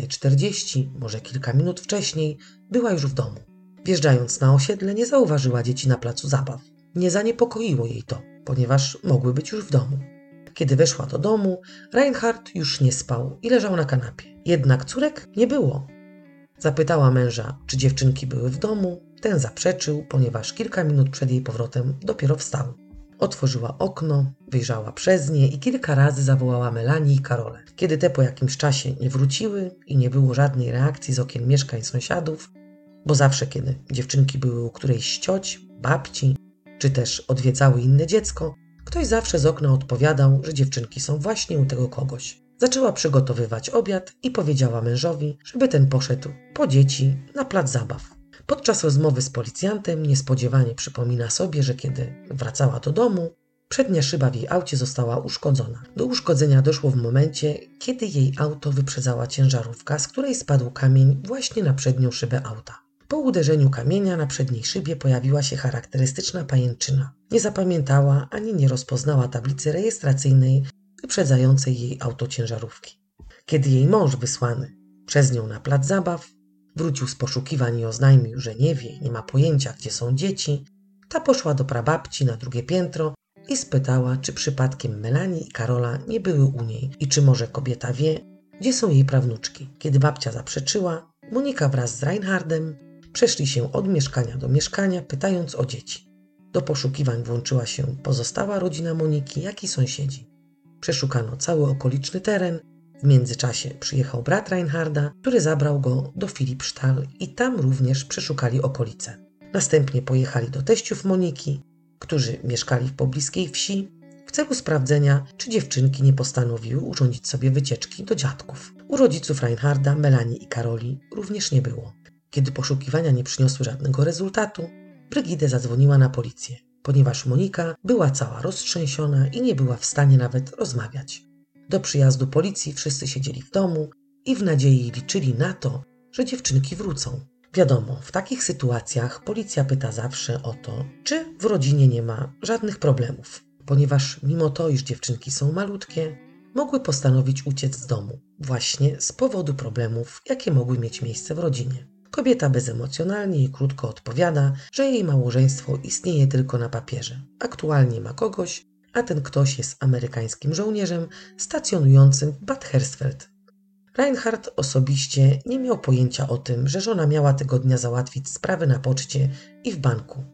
12:40, może kilka minut wcześniej, była już w domu. Wjeżdżając na osiedle nie zauważyła dzieci na placu zabaw. Nie zaniepokoiło jej to, ponieważ mogły być już w domu. Kiedy weszła do domu, Reinhard już nie spał i leżał na kanapie. Jednak córek nie było. Zapytała męża, czy dziewczynki były w domu. Ten zaprzeczył, ponieważ kilka minut przed jej powrotem dopiero wstał. Otworzyła okno, wyjrzała przez nie i kilka razy zawołała Melanie i Karolę. Kiedy te po jakimś czasie nie wróciły i nie było żadnej reakcji z okien mieszkań sąsiadów, bo zawsze kiedy dziewczynki były u którejś z cioć, babci, czy też odwiedzały inne dziecko, ktoś zawsze z okna odpowiadał, że dziewczynki są właśnie u tego kogoś. Zaczęła przygotowywać obiad i powiedziała mężowi, żeby ten poszedł po dzieci na plac zabaw. Podczas rozmowy z policjantem niespodziewanie przypomina sobie, że kiedy wracała do domu, przednia szyba w jej aucie została uszkodzona. Do uszkodzenia doszło w momencie, kiedy jej auto wyprzedzała ciężarówka, z której spadł kamień właśnie na przednią szybę auta. Po uderzeniu kamienia na przedniej szybie pojawiła się charakterystyczna pajęczyna. Nie zapamiętała ani nie rozpoznała tablicy rejestracyjnej wyprzedzającej jej auto ciężarówki. Kiedy jej mąż wysłany przez nią na plac zabaw wrócił z poszukiwań i oznajmił, że nie wie i nie ma pojęcia, gdzie są dzieci, ta poszła do prababci na drugie piętro i spytała, czy przypadkiem Melanie i Karola nie były u niej i czy może kobieta wie, gdzie są jej prawnuczki. Kiedy babcia zaprzeczyła, Monika wraz z Reinhardem przeszli się od mieszkania do mieszkania, pytając o dzieci. Do poszukiwań włączyła się pozostała rodzina Moniki, jak i sąsiedzi. Przeszukano cały okoliczny teren. W międzyczasie przyjechał brat Reinharda, który zabrał go do Filipsztal i tam również przeszukali okolice. Następnie pojechali do teściów Moniki, którzy mieszkali w pobliskiej wsi, w celu sprawdzenia, czy dziewczynki nie postanowiły urządzić sobie wycieczki do dziadków. U rodziców Reinharda, Melanie i Karoli również nie było. Kiedy poszukiwania nie przyniosły żadnego rezultatu, Brygida zadzwoniła na policję, ponieważ Monika była cała roztrzęsiona i nie była w stanie nawet rozmawiać. Do przyjazdu policji wszyscy siedzieli w domu i w nadziei liczyli na to, że dziewczynki wrócą. Wiadomo, w takich sytuacjach policja pyta zawsze o to, czy w rodzinie nie ma żadnych problemów, ponieważ mimo to, iż dziewczynki są malutkie, mogły postanowić uciec z domu właśnie z powodu problemów, jakie mogły mieć miejsce w rodzinie. Kobieta bezemocjonalnie i krótko odpowiada, że jej małżeństwo istnieje tylko na papierze. Aktualnie ma kogoś, a ten ktoś jest amerykańskim żołnierzem stacjonującym w Bad Hersfeld. Reinhard osobiście nie miał pojęcia o tym, że żona miała tego dnia załatwić sprawy na poczcie i w banku.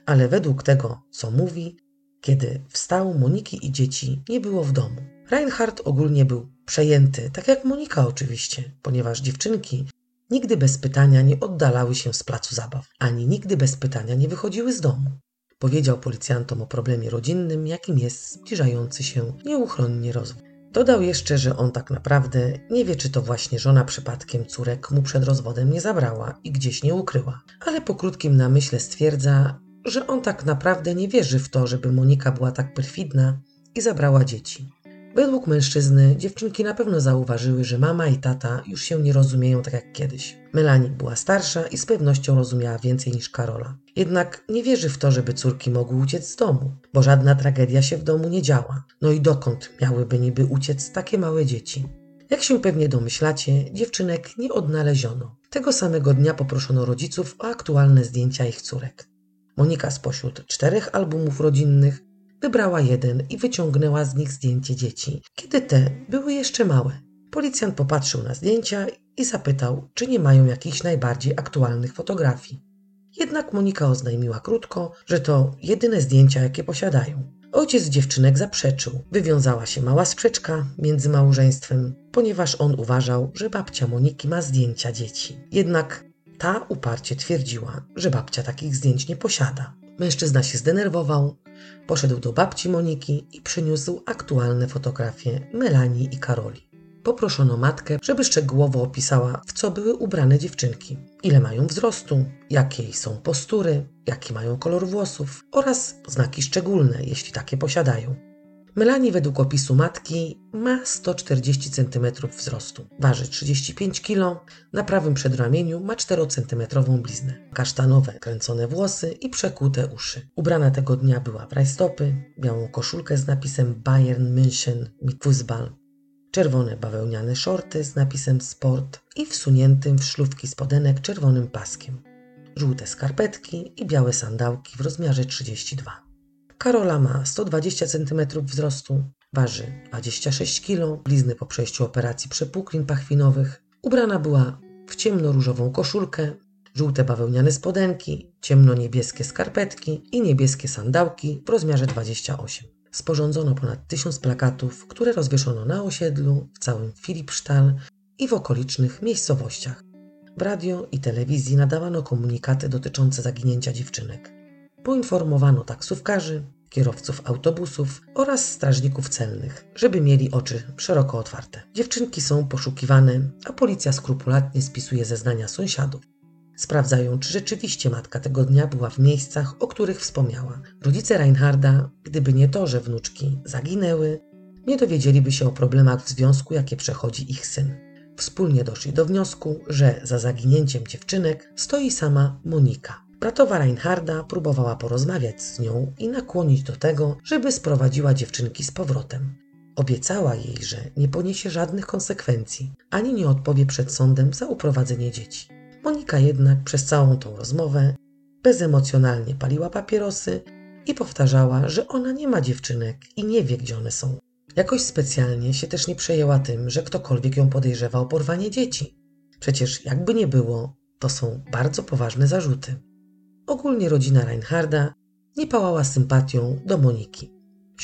Ale według tego, co mówi, kiedy wstał, Moniki i dzieci nie było w domu. Reinhard ogólnie był przejęty, tak jak Monika oczywiście, ponieważ dziewczynki nigdy bez pytania nie oddalały się z placu zabaw, ani nigdy bez pytania nie wychodziły z domu. Powiedział policjantom o problemie rodzinnym, jakim jest zbliżający się nieuchronnie rozwód. Dodał jeszcze, że on tak naprawdę nie wie, czy to właśnie żona przypadkiem córek mu przed rozwodem nie zabrała i gdzieś nie ukryła. Ale po krótkim namyśle stwierdza, że on tak naprawdę nie wierzy w to, żeby Monika była tak perfidna i zabrała dzieci. Według mężczyzny dziewczynki na pewno zauważyły, że mama i tata już się nie rozumieją tak jak kiedyś. Melanie była starsza i z pewnością rozumiała więcej niż Karola. Jednak nie wierzy w to, żeby córki mogły uciec z domu, bo żadna tragedia się w domu nie działa. No i dokąd miałyby niby uciec takie małe dzieci? Jak się pewnie domyślacie, dziewczynek nie odnaleziono. Tego samego dnia poproszono rodziców o aktualne zdjęcia ich córek. Monika spośród 4 albumów rodzinnych wybrała jeden i wyciągnęła z nich zdjęcie dzieci, kiedy te były jeszcze małe. Policjant popatrzył na zdjęcia i zapytał, czy nie mają jakichś najbardziej aktualnych fotografii. Jednak Monika oznajmiła krótko, że to jedyne zdjęcia, jakie posiadają. Ojciec dziewczynek zaprzeczył. Wywiązała się mała sprzeczka między małżeństwem, ponieważ on uważał, że babcia Moniki ma zdjęcia dzieci. Jednak ta uparcie twierdziła, że babcia takich zdjęć nie posiada. Mężczyzna się zdenerwował, poszedł do babci Moniki i przyniósł aktualne fotografie Melanii i Karoli. Poproszono matkę, żeby szczegółowo opisała, w co były ubrane dziewczynki, ile mają wzrostu, jakie są postury, jaki mają kolor włosów oraz znaki szczególne, jeśli takie posiadają. Melanie według opisu matki ma 140 cm wzrostu, waży 35 kg, na prawym przedramieniu ma 4-centymetrową bliznę, kasztanowe kręcone włosy i przekute uszy. Ubrana tego dnia była w rajstopy, białą koszulkę z napisem Bayern München mit Fußball, czerwone bawełniane shorty z napisem Sport i wsuniętym w szlufki spodenek czerwonym paskiem, żółte skarpetki i białe sandałki w rozmiarze 32. Karola ma 120 cm wzrostu, waży 26 kg, blizny po przejściu operacji przepuklin pachwinowych. Ubrana była w ciemnoróżową koszulkę, żółte bawełniane spodenki, ciemnoniebieskie skarpetki i niebieskie sandałki w rozmiarze 28. Sporządzono ponad 1000 plakatów, które rozwieszono na osiedlu, w całym Filipsztal i w okolicznych miejscowościach. W radio i telewizji nadawano komunikaty dotyczące zaginięcia dziewczynek. Poinformowano taksówkarzy, kierowców autobusów oraz strażników celnych, żeby mieli oczy szeroko otwarte. Dziewczynki są poszukiwane, a policja skrupulatnie spisuje zeznania sąsiadów. Sprawdzają, czy rzeczywiście matka tego dnia była w miejscach, o których wspomniała. Rodzice Reinharda, gdyby nie to, że wnuczki zaginęły, nie dowiedzieliby się o problemach w związku, jakie przechodzi ich syn. Wspólnie doszli do wniosku, że za zaginięciem dziewczynek stoi sama Monika. Bratowa Reinharda próbowała porozmawiać z nią i nakłonić do tego, żeby sprowadziła dziewczynki z powrotem. Obiecała jej, że nie poniesie żadnych konsekwencji, ani nie odpowie przed sądem za uprowadzenie dzieci. Monika jednak przez całą tą rozmowę bezemocjonalnie paliła papierosy i powtarzała, że ona nie ma dziewczynek i nie wie, gdzie one są. Jakoś specjalnie się też nie przejęła tym, że ktokolwiek ją podejrzewa o porwanie dzieci. Przecież jakby nie było, to są bardzo poważne zarzuty. Ogólnie rodzina Reinharda nie pałała sympatią do Moniki.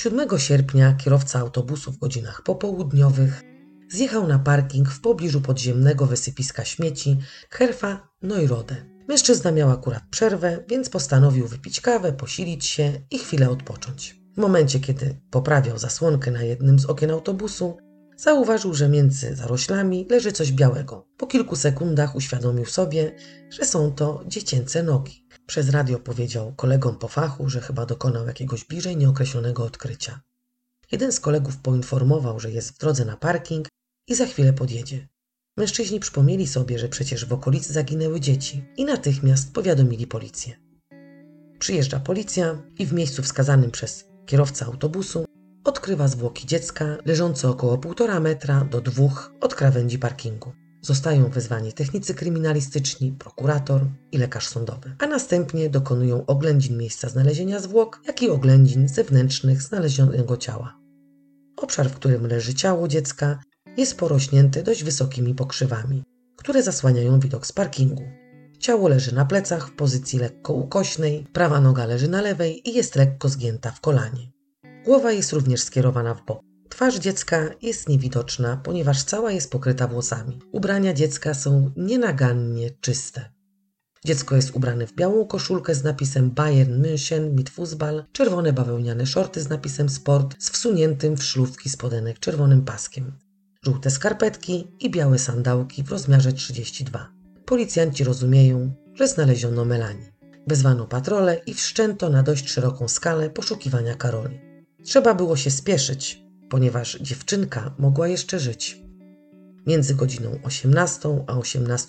7 sierpnia kierowca autobusu w godzinach popołudniowych zjechał na parking w pobliżu podziemnego wysypiska śmieci Herfa Neurode. Mężczyzna miał akurat przerwę, więc postanowił wypić kawę, posilić się i chwilę odpocząć. W momencie, kiedy poprawiał zasłonkę na jednym z okien autobusu, zauważył, że między zaroślami leży coś białego. Po kilku sekundach uświadomił sobie, że są to dziecięce nogi. Przez radio powiedział kolegom po fachu, że chyba dokonał jakiegoś bliżej nieokreślonego odkrycia. Jeden z kolegów poinformował, że jest w drodze na parking i za chwilę podjedzie. Mężczyźni przypomnieli sobie, że przecież w okolicy zaginęły dzieci i natychmiast powiadomili policję. Przyjeżdża policja i w miejscu wskazanym przez kierowcę autobusu odkrywa zwłoki dziecka leżące około 1,5 metra do 2 od krawędzi parkingu. Zostają wezwani technicy kryminalistyczni, prokurator i lekarz sądowy, a następnie dokonują oględzin miejsca znalezienia zwłok, jak i oględzin zewnętrznych znalezionego ciała. Obszar, w którym leży ciało dziecka, jest porośnięty dość wysokimi pokrzywami, które zasłaniają widok z parkingu. Ciało leży na plecach w pozycji lekko ukośnej, prawa noga leży na lewej i jest lekko zgięta w kolanie. Głowa jest również skierowana w bok. Twarz dziecka jest niewidoczna, ponieważ cała jest pokryta włosami. Ubrania dziecka są nienagannie czyste. Dziecko jest ubrane w białą koszulkę z napisem Bayern München mit Fußball, czerwone bawełniane shorty z napisem Sport z wsuniętym w szlufki spodenek czerwonym paskiem, żółte skarpetki i białe sandałki w rozmiarze 32. Policjanci rozumieją, że znaleziono Melanie. Wezwano patrole i wszczęto na dość szeroką skalę poszukiwania Karoli. Trzeba było się spieszyć, ponieważ dziewczynka mogła jeszcze żyć. Między godziną 18 a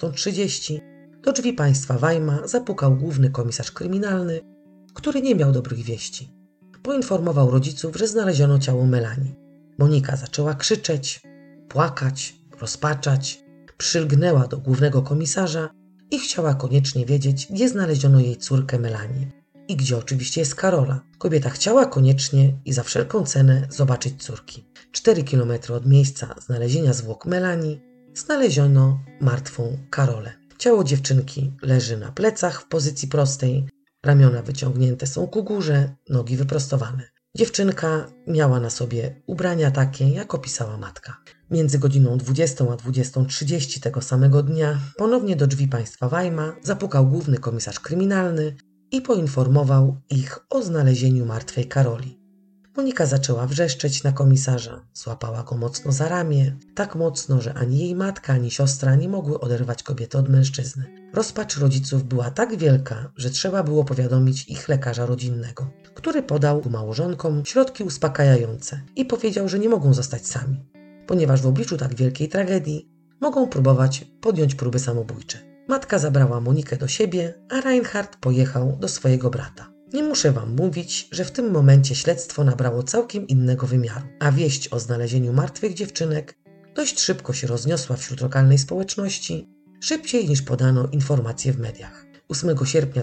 18:30 do drzwi państwa Weimar zapukał główny komisarz kryminalny, który nie miał dobrych wieści. Poinformował rodziców, że znaleziono ciało Melanie. Monika zaczęła krzyczeć, płakać, rozpaczać, przylgnęła do głównego komisarza i chciała koniecznie wiedzieć, gdzie znaleziono jej córkę Melanię i gdzie oczywiście jest Karola. Kobieta chciała koniecznie i za wszelką cenę zobaczyć córki. 4 kilometry od miejsca znalezienia zwłok Melanii znaleziono martwą Karolę. Ciało dziewczynki leży na plecach w pozycji prostej, ramiona wyciągnięte są ku górze, nogi wyprostowane. Dziewczynka miała na sobie ubrania takie, jak opisała matka. Między godziną 20 a 20:30 tego samego dnia ponownie do drzwi państwa Weimar zapukał główny komisarz kryminalny i poinformował ich o znalezieniu martwej Karoli. Monika zaczęła wrzeszczeć na komisarza, złapała go mocno za ramię, tak mocno, że ani jej matka, ani siostra nie mogły oderwać kobiety od mężczyzny. Rozpacz rodziców była tak wielka, że trzeba było powiadomić ich lekarza rodzinnego, który podał małżonkom środki uspokajające i powiedział, że nie mogą zostać sami, ponieważ w obliczu tak wielkiej tragedii mogą próbować podjąć próby samobójcze. Matka zabrała Monikę do siebie, a Reinhard pojechał do swojego brata. Nie muszę wam mówić, że w tym momencie śledztwo nabrało całkiem innego wymiaru, a wieść o znalezieniu martwych dziewczynek dość szybko się rozniosła wśród lokalnej społeczności, szybciej niż podano informacje w mediach. 8 sierpnia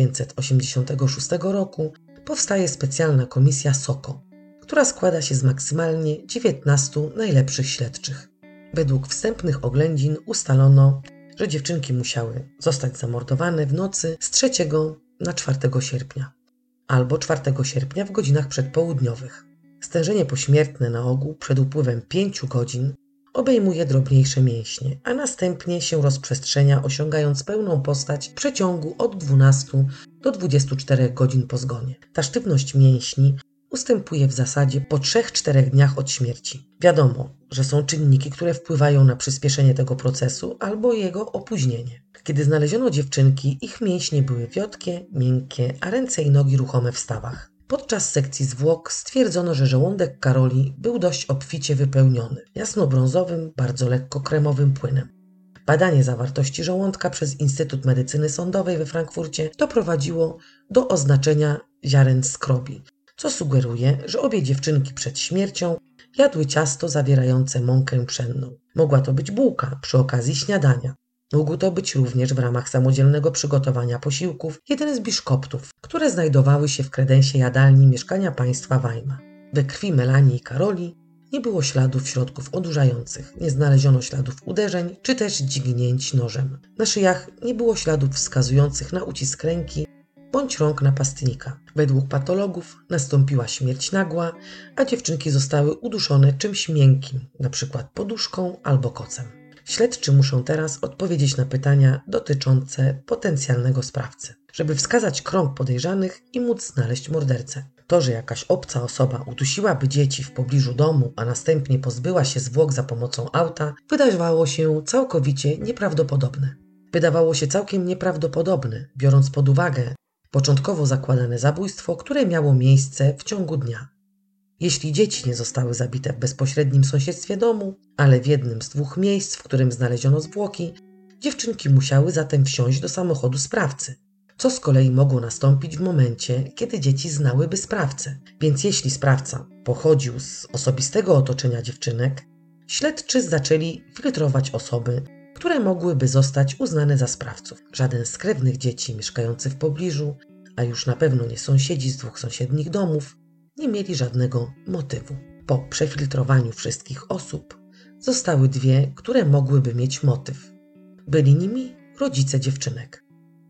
1986 roku powstaje specjalna komisja SOKO, która składa się z maksymalnie 19 najlepszych śledczych. Według wstępnych oględzin ustalono, że dziewczynki musiały zostać zamordowane w nocy z 3 na 4 sierpnia albo 4 sierpnia w godzinach przedpołudniowych. Stężenie pośmiertne na ogół przed upływem 5 godzin obejmuje drobniejsze mięśnie, a następnie się rozprzestrzenia, osiągając pełną postać w przeciągu od 12 do 24 godzin po zgonie. Ta sztywność mięśni ustępuje w zasadzie po 3-4 dniach od śmierci. Wiadomo, że są czynniki, które wpływają na przyspieszenie tego procesu albo jego opóźnienie. Kiedy znaleziono dziewczynki, ich mięśnie były wiotkie, miękkie, a ręce i nogi ruchome w stawach. Podczas sekcji zwłok stwierdzono, że żołądek Karoli był dość obficie wypełniony jasnobrązowym, bardzo lekko kremowym płynem. Badanie zawartości żołądka przez Instytut Medycyny Sądowej we Frankfurcie doprowadziło do oznaczenia ziaren skrobi, co sugeruje, że obie dziewczynki przed śmiercią jadły ciasto zawierające mąkę pszenną. Mogła to być bułka przy okazji śniadania. Mógł to być również w ramach samodzielnego przygotowania posiłków jeden z biszkoptów, które znajdowały się w kredensie jadalni mieszkania państwa Weimar. We krwi Melanii i Karoli nie było śladów środków odurzających, nie znaleziono śladów uderzeń czy też dźgnięć nożem. Na szyjach nie było śladów wskazujących na ucisk ręki bądź rąk napastnika. Według patologów nastąpiła śmierć nagła, a dziewczynki zostały uduszone czymś miękkim, np. poduszką albo kocem. Śledczy muszą teraz odpowiedzieć na pytania dotyczące potencjalnego sprawcy, żeby wskazać krąg podejrzanych i móc znaleźć mordercę. To, że jakaś obca osoba udusiłaby dzieci w pobliżu domu, a następnie pozbyła się zwłok za pomocą auta, wydawało się całkowicie nieprawdopodobne. Wydawało się całkiem nieprawdopodobne, biorąc pod uwagę początkowo zakładane zabójstwo, które miało miejsce w ciągu dnia. Jeśli dzieci nie zostały zabite w bezpośrednim sąsiedztwie domu, ale w jednym z 2 miejsc, w którym znaleziono zwłoki, dziewczynki musiały zatem wsiąść do samochodu sprawcy, co z kolei mogło nastąpić w momencie, kiedy dzieci znałyby sprawcę. Więc jeśli sprawca pochodził z osobistego otoczenia dziewczynek, śledczy zaczęli filtrować osoby, które mogłyby zostać uznane za sprawców. Żaden z krewnych dzieci mieszkających w pobliżu, a już na pewno nie sąsiedzi z 2 sąsiednich domów, nie mieli żadnego motywu. Po przefiltrowaniu wszystkich osób zostały 2, które mogłyby mieć motyw. Byli nimi rodzice dziewczynek.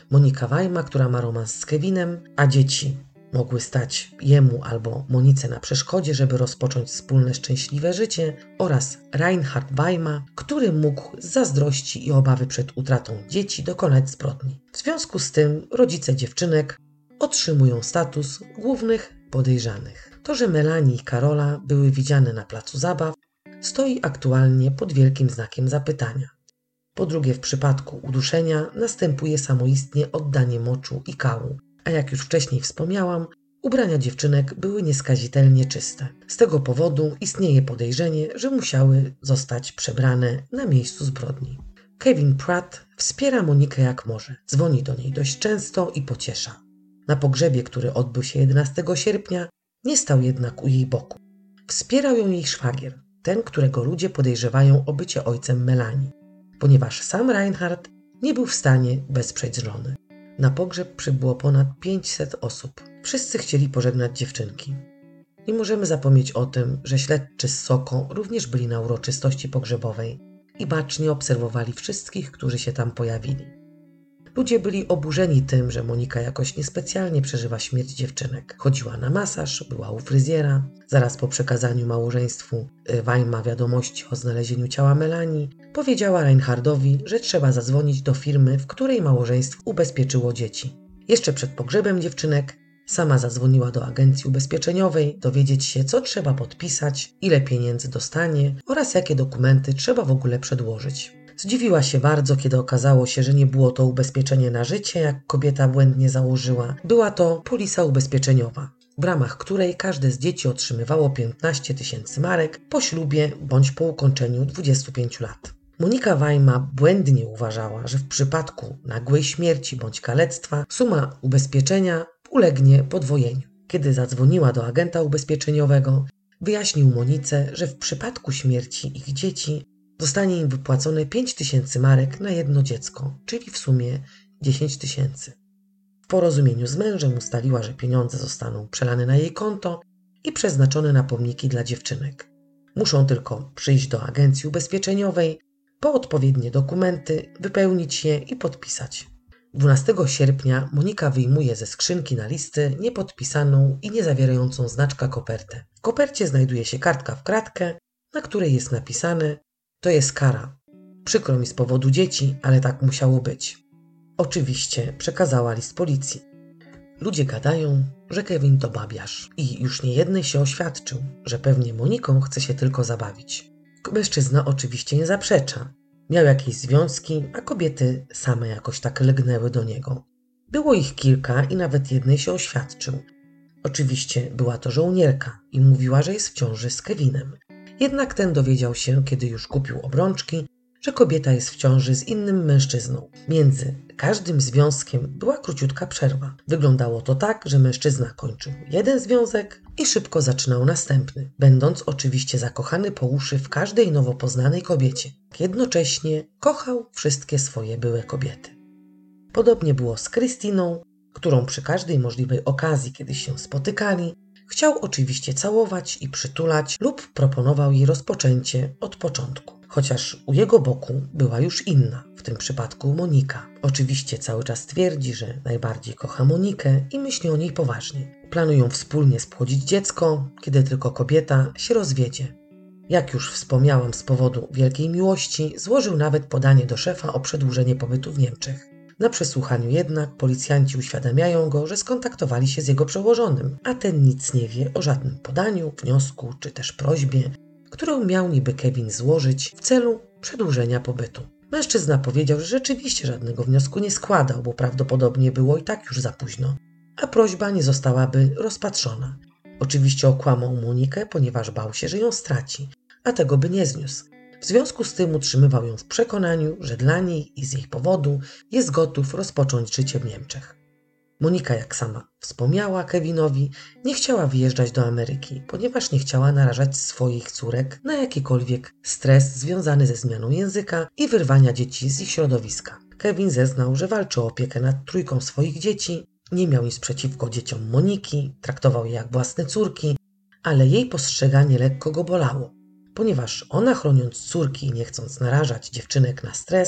Monika Wajma, która ma romans z Kevinem, a dzieci mogły stać jemu albo Monice na przeszkodzie, żeby rozpocząć wspólne szczęśliwe życie, oraz Reinhard Wajma, który mógł z zazdrości i obawy przed utratą dzieci dokonać zbrodni. W związku z tym rodzice dziewczynek otrzymują status głównych podejrzanych. To, że Melanie i Karola były widziane na placu zabaw, stoi aktualnie pod wielkim znakiem zapytania. Po drugie, w przypadku uduszenia następuje samoistnie oddanie moczu i kału, a jak już wcześniej wspomniałam, ubrania dziewczynek były nieskazitelnie czyste. Z tego powodu istnieje podejrzenie, że musiały zostać przebrane na miejscu zbrodni. Kevin Pratt wspiera Monikę jak może, dzwoni do niej dość często i pociesza. Na pogrzebie, który odbył się 11 sierpnia, nie stał jednak u jej boku. Wspierał ją jej szwagier, ten, którego ludzie podejrzewają o bycie ojcem Melanie, ponieważ sam Reinhard nie był w stanie wesprzeć żony. Na pogrzeb przybyło ponad 500 osób. Wszyscy chcieli pożegnać dziewczynki. Nie możemy zapomnieć o tym, że śledczy z Soko również byli na uroczystości pogrzebowej i bacznie obserwowali wszystkich, którzy się tam pojawili. Ludzie byli oburzeni tym, że Monika jakoś niespecjalnie przeżywa śmierć dziewczynek. Chodziła na masaż, była u fryzjera. Zaraz po przekazaniu małżeństwu Wajma wiadomości o znalezieniu ciała Melanie, powiedziała Reinhardowi, że trzeba zadzwonić do firmy, w której małżeństwo ubezpieczyło dzieci. Jeszcze przed pogrzebem dziewczynek sama zadzwoniła do agencji ubezpieczeniowej dowiedzieć się, co trzeba podpisać, ile pieniędzy dostanie oraz jakie dokumenty trzeba w ogóle przedłożyć. Zdziwiła się bardzo, kiedy okazało się, że nie było to ubezpieczenie na życie, jak kobieta błędnie założyła. Była to polisa ubezpieczeniowa, w ramach której każde z dzieci otrzymywało 15 000 marek po ślubie bądź po ukończeniu 25 lat. Monika Wajma błędnie uważała, że w przypadku nagłej śmierci bądź kalectwa suma ubezpieczenia ulegnie podwojeniu. Kiedy zadzwoniła do agenta ubezpieczeniowego, wyjaśnił Monice, że w przypadku śmierci ich dzieci zostanie im wypłacone 5 000 marek na jedno dziecko, czyli w sumie 10 000. W porozumieniu z mężem ustaliła, że pieniądze zostaną przelane na jej konto i przeznaczone na pomniki dla dziewczynek. Muszą tylko przyjść do agencji ubezpieczeniowej, po odpowiednie dokumenty, wypełnić je i podpisać. 12 sierpnia Monika wyjmuje ze skrzynki na listy niepodpisaną i niezawierającą znaczka kopertę. W kopercie znajduje się kartka w kratkę, na której jest napisane: to jest kara. Przykro mi z powodu dzieci, ale tak musiało być. Oczywiście przekazała list policji. Ludzie gadają, że Kevin to babiarz i już niejednej się oświadczył, że pewnie Moniką chce się tylko zabawić. Mężczyzna oczywiście nie zaprzecza. Miał jakieś związki, a kobiety same jakoś tak lgnęły do niego. Było ich kilka i nawet jednej się oświadczył. Oczywiście była to żołnierka i mówiła, że jest w ciąży z Kevinem. Jednak ten dowiedział się, kiedy już kupił obrączki, że kobieta jest w ciąży z innym mężczyzną. Między każdym związkiem była króciutka przerwa. Wyglądało to tak, że mężczyzna kończył jeden związek i szybko zaczynał następny, będąc oczywiście zakochany po uszy w każdej nowo poznanej kobiecie. Jednocześnie kochał wszystkie swoje byłe kobiety. Podobnie było z Krystyną, którą przy każdej możliwej okazji, kiedy się spotykali, chciał oczywiście całować i przytulać lub proponował jej rozpoczęcie od początku. Chociaż u jego boku była już inna, w tym przypadku Monika. Oczywiście cały czas twierdzi, że najbardziej kocha Monikę i myśli o niej poważnie. Planują wspólnie spłodzić dziecko, kiedy tylko kobieta się rozwiedzie. Jak już wspomniałam, z powodu wielkiej miłości złożył nawet podanie do szefa o przedłużenie pobytu w Niemczech. Na przesłuchaniu jednak policjanci uświadamiają go, że skontaktowali się z jego przełożonym, a ten nic nie wie o żadnym podaniu, wniosku czy też prośbie, którą miał niby Kevin złożyć w celu przedłużenia pobytu. Mężczyzna powiedział, że rzeczywiście żadnego wniosku nie składał, bo prawdopodobnie było i tak już za późno, a prośba nie zostałaby rozpatrzona. Oczywiście okłamał Monikę, ponieważ bał się, że ją straci, a tego by nie zniósł. W związku z tym utrzymywał ją w przekonaniu, że dla niej i z jej powodu jest gotów rozpocząć życie w Niemczech. Monika, jak sama wspomniała Kevinowi, nie chciała wyjeżdżać do Ameryki, ponieważ nie chciała narażać swoich córek na jakikolwiek stres związany ze zmianą języka i wyrwania dzieci z ich środowiska. Kevin zeznał, że walczy o opiekę nad trójką swoich dzieci, nie miał nic przeciwko dzieciom Moniki, traktował je jak własne córki, ale jej postrzeganie lekko go bolało, ponieważ ona, chroniąc córki i nie chcąc narażać dziewczynek na stres,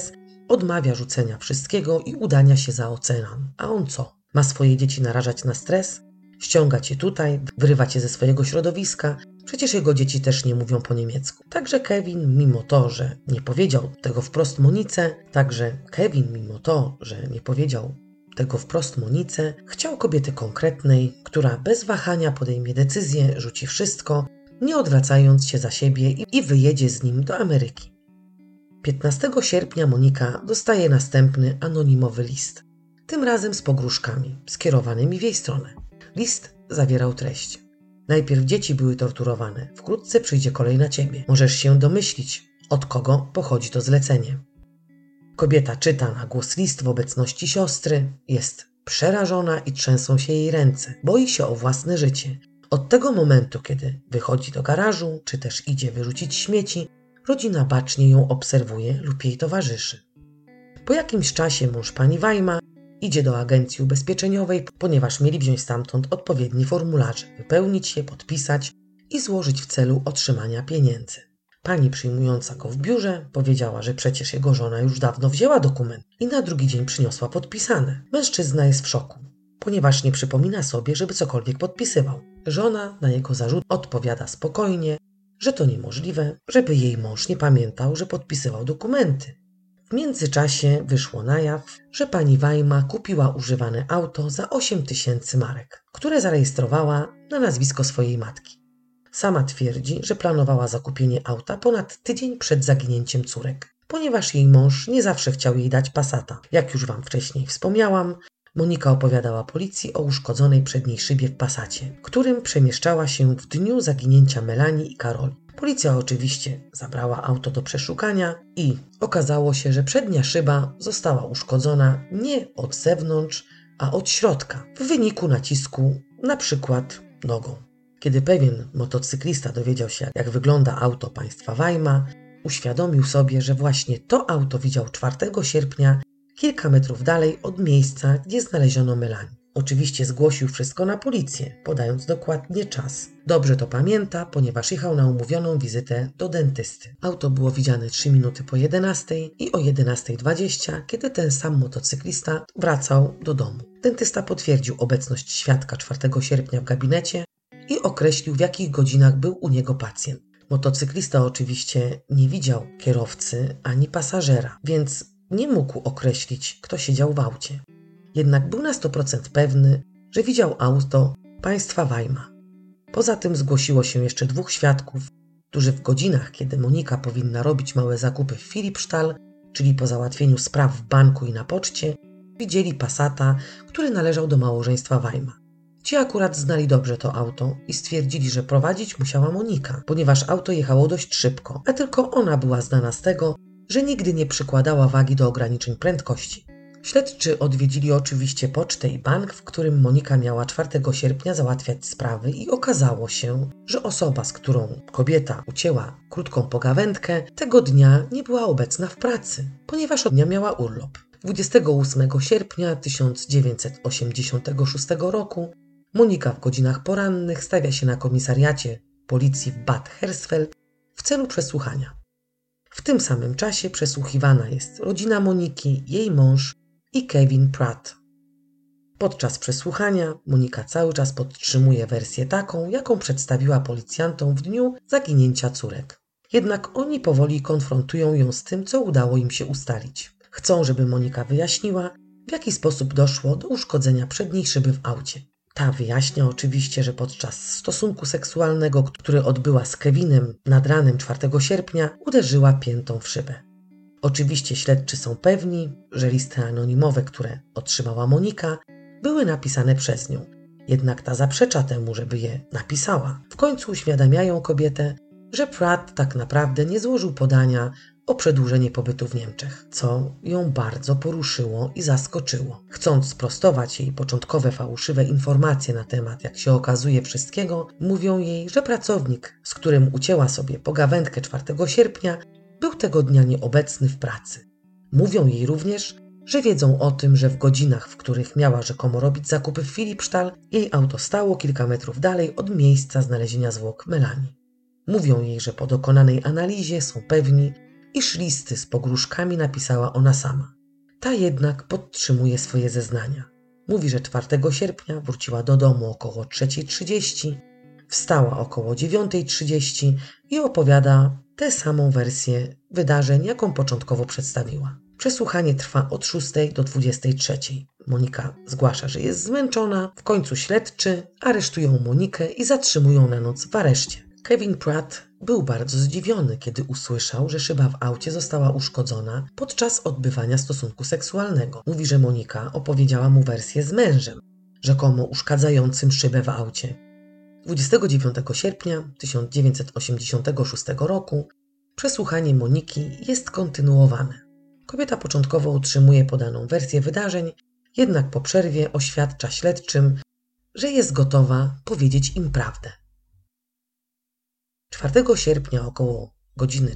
odmawia rzucenia wszystkiego i udania się za ocean. A on co? Ma swoje dzieci narażać na stres? Ściąga cię tutaj, wyrywa cię ze swojego środowiska. Przecież jego dzieci też nie mówią po niemiecku. Także Kevin, mimo to, że nie powiedział tego wprost Monice, chciał kobiety konkretnej, która bez wahania podejmie decyzję, rzuci wszystko, nie odwracając się za siebie i wyjedzie z nim do Ameryki. 15 sierpnia Monika dostaje następny anonimowy list. Tym razem z pogróżkami, skierowanymi w jej stronę. List zawierał treść. Najpierw dzieci były torturowane, wkrótce przyjdzie kolej na ciebie. Możesz się domyślić, od kogo pochodzi to zlecenie. Kobieta czyta na głos list w obecności siostry, jest przerażona i trzęsą się jej ręce. Boi się o własne życie. Od tego momentu, kiedy wychodzi do garażu, czy też idzie wyrzucić śmieci, rodzina bacznie ją obserwuje lub jej towarzyszy. Po jakimś czasie mąż pani Weima idzie do agencji ubezpieczeniowej, ponieważ mieli wziąć stamtąd odpowiedni formularze, wypełnić je, podpisać i złożyć w celu otrzymania pieniędzy. Pani przyjmująca go w biurze powiedziała, że przecież jego żona już dawno wzięła dokument i na drugi dzień przyniosła podpisane. Mężczyzna jest w szoku, ponieważ nie przypomina sobie, żeby cokolwiek podpisywał. Żona na jego zarzut odpowiada spokojnie, że to niemożliwe, żeby jej mąż nie pamiętał, że podpisywał dokumenty. W międzyczasie wyszło na jaw, że pani Weima kupiła używane auto za 8 000 marek, które zarejestrowała na nazwisko swojej matki. Sama twierdzi, że planowała zakupienie auta ponad tydzień przed zaginięciem córek, ponieważ jej mąż nie zawsze chciał jej dać Passata. Jak już wam wcześniej wspomniałam, Monika opowiadała policji o uszkodzonej przedniej szybie w Passacie, którym przemieszczała się w dniu zaginięcia Melanie i Karoli. Policja oczywiście zabrała auto do przeszukania i okazało się, że przednia szyba została uszkodzona nie od zewnątrz, a od środka, w wyniku nacisku na przykład nogą. Kiedy pewien motocyklista dowiedział się, jak wygląda auto państwa Weima, uświadomił sobie, że właśnie to auto widział 4 sierpnia kilka metrów dalej od miejsca, gdzie znaleziono Melanie. Oczywiście zgłosił wszystko na policję, podając dokładnie czas. Dobrze to pamięta, ponieważ jechał na umówioną wizytę do dentysty. Auto było widziane 3 minuty po 11 i o 11:20, kiedy ten sam motocyklista wracał do domu. Dentysta potwierdził obecność świadka 4 sierpnia w gabinecie i określił, w jakich godzinach był u niego pacjent. Motocyklista oczywiście nie widział kierowcy ani pasażera, więc nie mógł określić, kto siedział w aucie. Jednak był na 100% pewny, że widział auto państwa Weima. Poza tym zgłosiło się jeszcze 2 świadków, którzy w godzinach, kiedy Monika powinna robić małe zakupy w Philippsthal, czyli po załatwieniu spraw w banku i na poczcie, widzieli Passata, który należał do małżeństwa Weima. Ci akurat znali dobrze to auto i stwierdzili, że prowadzić musiała Monika, ponieważ auto jechało dość szybko, a tylko ona była znana z tego, że nigdy nie przykładała wagi do ograniczeń prędkości. Śledczy odwiedzili oczywiście pocztę i bank, w którym Monika miała 4 sierpnia załatwiać sprawy i okazało się, że osoba, z którą kobieta ucięła krótką pogawędkę, tego dnia nie była obecna w pracy, ponieważ od dnia miała urlop. 28 sierpnia 1986 roku Monika w godzinach porannych stawia się na komisariacie policji w Bad Hersfeld w celu przesłuchania. W tym samym czasie przesłuchiwana jest rodzina Moniki, jej mąż i Kevin Pratt. Podczas przesłuchania Monika cały czas podtrzymuje wersję taką, jaką przedstawiła policjantom w dniu zaginięcia córek. Jednak oni powoli konfrontują ją z tym, co udało im się ustalić. Chcą, żeby Monika wyjaśniła, w jaki sposób doszło do uszkodzenia przedniej szyby w aucie. Ta wyjaśnia oczywiście, że podczas stosunku seksualnego, który odbyła z Kevinem nad ranem 4 sierpnia, uderzyła piętą w szybę. Oczywiście śledczy są pewni, że listy anonimowe, które otrzymała Monika, były napisane przez nią. Jednak ta zaprzecza temu, żeby je napisała. W końcu uświadamiają kobietę, że Pratt tak naprawdę nie złożył podania o przedłużenie pobytu w Niemczech, co ją bardzo poruszyło i zaskoczyło. Chcąc sprostować jej początkowe fałszywe informacje na temat, jak się okazuje, wszystkiego, mówią jej, że pracownik, z którym ucięła sobie pogawędkę 4 sierpnia, był tego dnia nieobecny w pracy. Mówią jej również, że wiedzą o tym, że w godzinach, w których miała rzekomo robić zakupy w Philippsthal, jej auto stało kilka metrów dalej od miejsca znalezienia zwłok Melanie. Mówią jej, że po dokonanej analizie są pewni, iż listy z pogróżkami napisała ona sama. Ta jednak podtrzymuje swoje zeznania. Mówi, że 4 sierpnia wróciła do domu około 3:30, wstała około 9:30 i opowiada tę samą wersję wydarzeń, jaką początkowo przedstawiła. Przesłuchanie trwa od 6 do 23. Monika zgłasza, że jest zmęczona. W końcu śledczy aresztują Monikę i zatrzymują na noc w areszcie. Kevin Pratt był bardzo zdziwiony, kiedy usłyszał, że szyba w aucie została uszkodzona podczas odbywania stosunku seksualnego. Mówi, że Monika opowiedziała mu wersję z mężem, rzekomo uszkadzającym szybę w aucie. 29 sierpnia 1986 roku przesłuchanie Moniki jest kontynuowane. Kobieta początkowo utrzymuje podaną wersję wydarzeń, jednak po przerwie oświadcza śledczym, że jest gotowa powiedzieć im prawdę. 4 sierpnia około godziny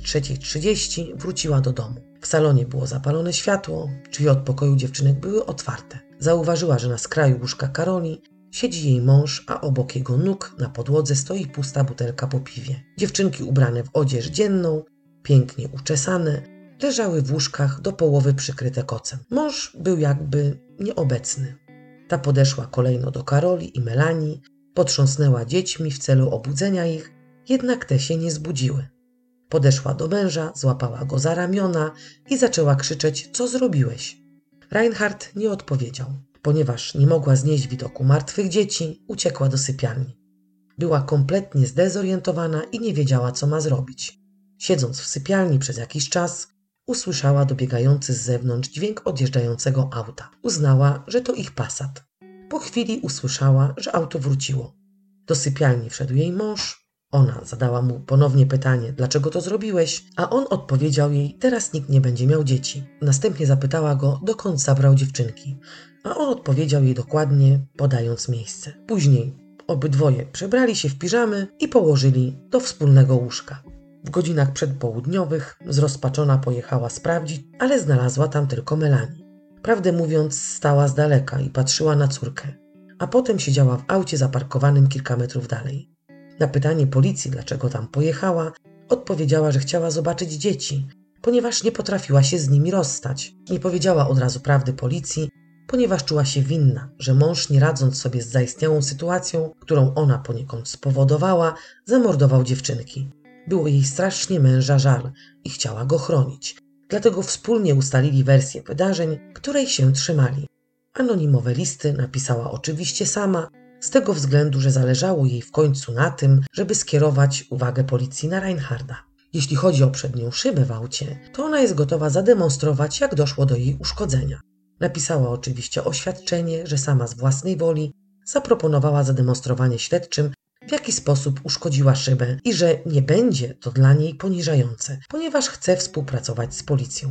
3:30 wróciła do domu. W salonie było zapalone światło, drzwi od pokoju dziewczynek były otwarte. Zauważyła, że na skraju łóżka Karoli siedzi jej mąż, a obok jego nóg na podłodze stoi pusta butelka po piwie. Dziewczynki ubrane w odzież dzienną, pięknie uczesane, leżały w łóżkach do połowy przykryte kocem. Mąż był jakby nieobecny. Ta podeszła kolejno do Karoli i Melanii, potrząsnęła dziećmi w celu obudzenia ich, jednak te się nie zbudziły. Podeszła do męża, złapała go za ramiona i zaczęła krzyczeć: co zrobiłeś? Reinhard nie odpowiedział. Ponieważ nie mogła znieść widoku martwych dzieci, uciekła do sypialni. Była kompletnie zdezorientowana i nie wiedziała, co ma zrobić. Siedząc w sypialni przez jakiś czas, usłyszała dobiegający z zewnątrz dźwięk odjeżdżającego auta. Uznała, że to ich Passat. Po chwili usłyszała, że auto wróciło. Do sypialni wszedł jej mąż. Ona zadała mu ponownie pytanie: dlaczego to zrobiłeś? A on odpowiedział jej: teraz nikt nie będzie miał dzieci. Następnie zapytała go, dokąd zabrał dziewczynki. A on odpowiedział jej dokładnie, podając miejsce. Później obydwoje przebrali się w piżamy i położyli do wspólnego łóżka. W godzinach przedpołudniowych zrozpaczona pojechała sprawdzić, ale znalazła tam tylko Melanie. Prawdę mówiąc, stała z daleka i patrzyła na córkę, a potem siedziała w aucie zaparkowanym kilka metrów dalej. Na pytanie policji, dlaczego tam pojechała, odpowiedziała, że chciała zobaczyć dzieci, ponieważ nie potrafiła się z nimi rozstać. Nie powiedziała od razu prawdy policji, ponieważ czuła się winna, że mąż, nie radząc sobie z zaistniałą sytuacją, którą ona poniekąd spowodowała, zamordował dziewczynki. Było jej strasznie męża żal i chciała go chronić. Dlatego wspólnie ustalili wersję wydarzeń, której się trzymali. Anonimowe listy napisała oczywiście sama, z tego względu, że zależało jej w końcu na tym, żeby skierować uwagę policji na Reinharda. Jeśli chodzi o przednią szybę w aucie, to ona jest gotowa zademonstrować, jak doszło do jej uszkodzenia. Napisała oczywiście oświadczenie, że sama z własnej woli zaproponowała zademonstrowanie śledczym, w jaki sposób uszkodziła szybę i że nie będzie to dla niej poniżające, ponieważ chce współpracować z policją.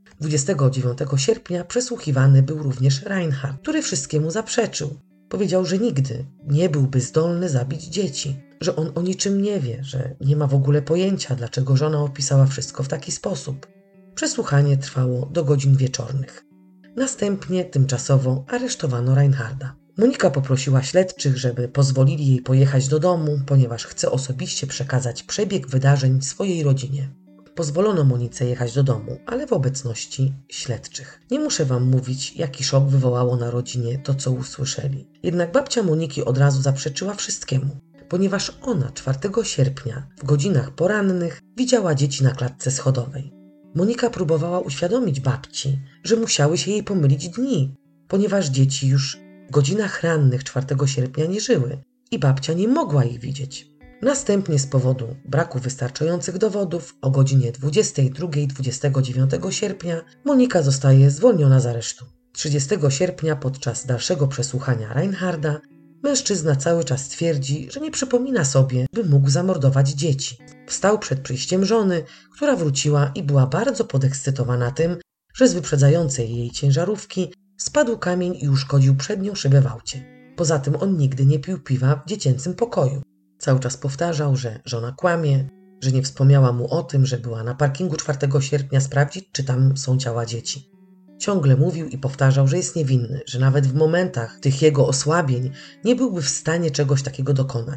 29 sierpnia przesłuchiwany był również Reinhard, który wszystkiemu zaprzeczył. Powiedział, że nigdy nie byłby zdolny zabić dzieci, że on o niczym nie wie, że nie ma w ogóle pojęcia, dlaczego żona opisała wszystko w taki sposób. Przesłuchanie trwało do godzin wieczornych. Następnie tymczasowo aresztowano Reinharda. Monika poprosiła śledczych, żeby pozwolili jej pojechać do domu, ponieważ chce osobiście przekazać przebieg wydarzeń swojej rodzinie. Pozwolono Monice jechać do domu, ale w obecności śledczych. Nie muszę wam mówić, jaki szok wywołało na rodzinie to, co usłyszeli. Jednak babcia Moniki od razu zaprzeczyła wszystkiemu, ponieważ ona 4 sierpnia w godzinach porannych widziała dzieci na klatce schodowej. Monika próbowała uświadomić babci, że musiały się jej pomylić dni, ponieważ dzieci już w godzinach rannych 4 sierpnia nie żyły i babcia nie mogła ich widzieć. Następnie z powodu braku wystarczających dowodów o godzinie 22:29 sierpnia Monika zostaje zwolniona z aresztu. 30 sierpnia podczas dalszego przesłuchania Reinharda mężczyzna cały czas twierdzi, że nie przypomina sobie, by mógł zamordować dzieci. Wstał przed przyjściem żony, która wróciła i była bardzo podekscytowana tym, że z wyprzedzającej jej ciężarówki spadł kamień i uszkodził przednią szybę w aucie. Poza tym on nigdy nie pił piwa w dziecięcym pokoju. Cały czas powtarzał, że żona kłamie, że nie wspomniała mu o tym, że była na parkingu 4 sierpnia sprawdzić, czy tam są ciała dzieci. Ciągle mówił i powtarzał, że jest niewinny, że nawet w momentach tych jego osłabień nie byłby w stanie czegoś takiego dokonać.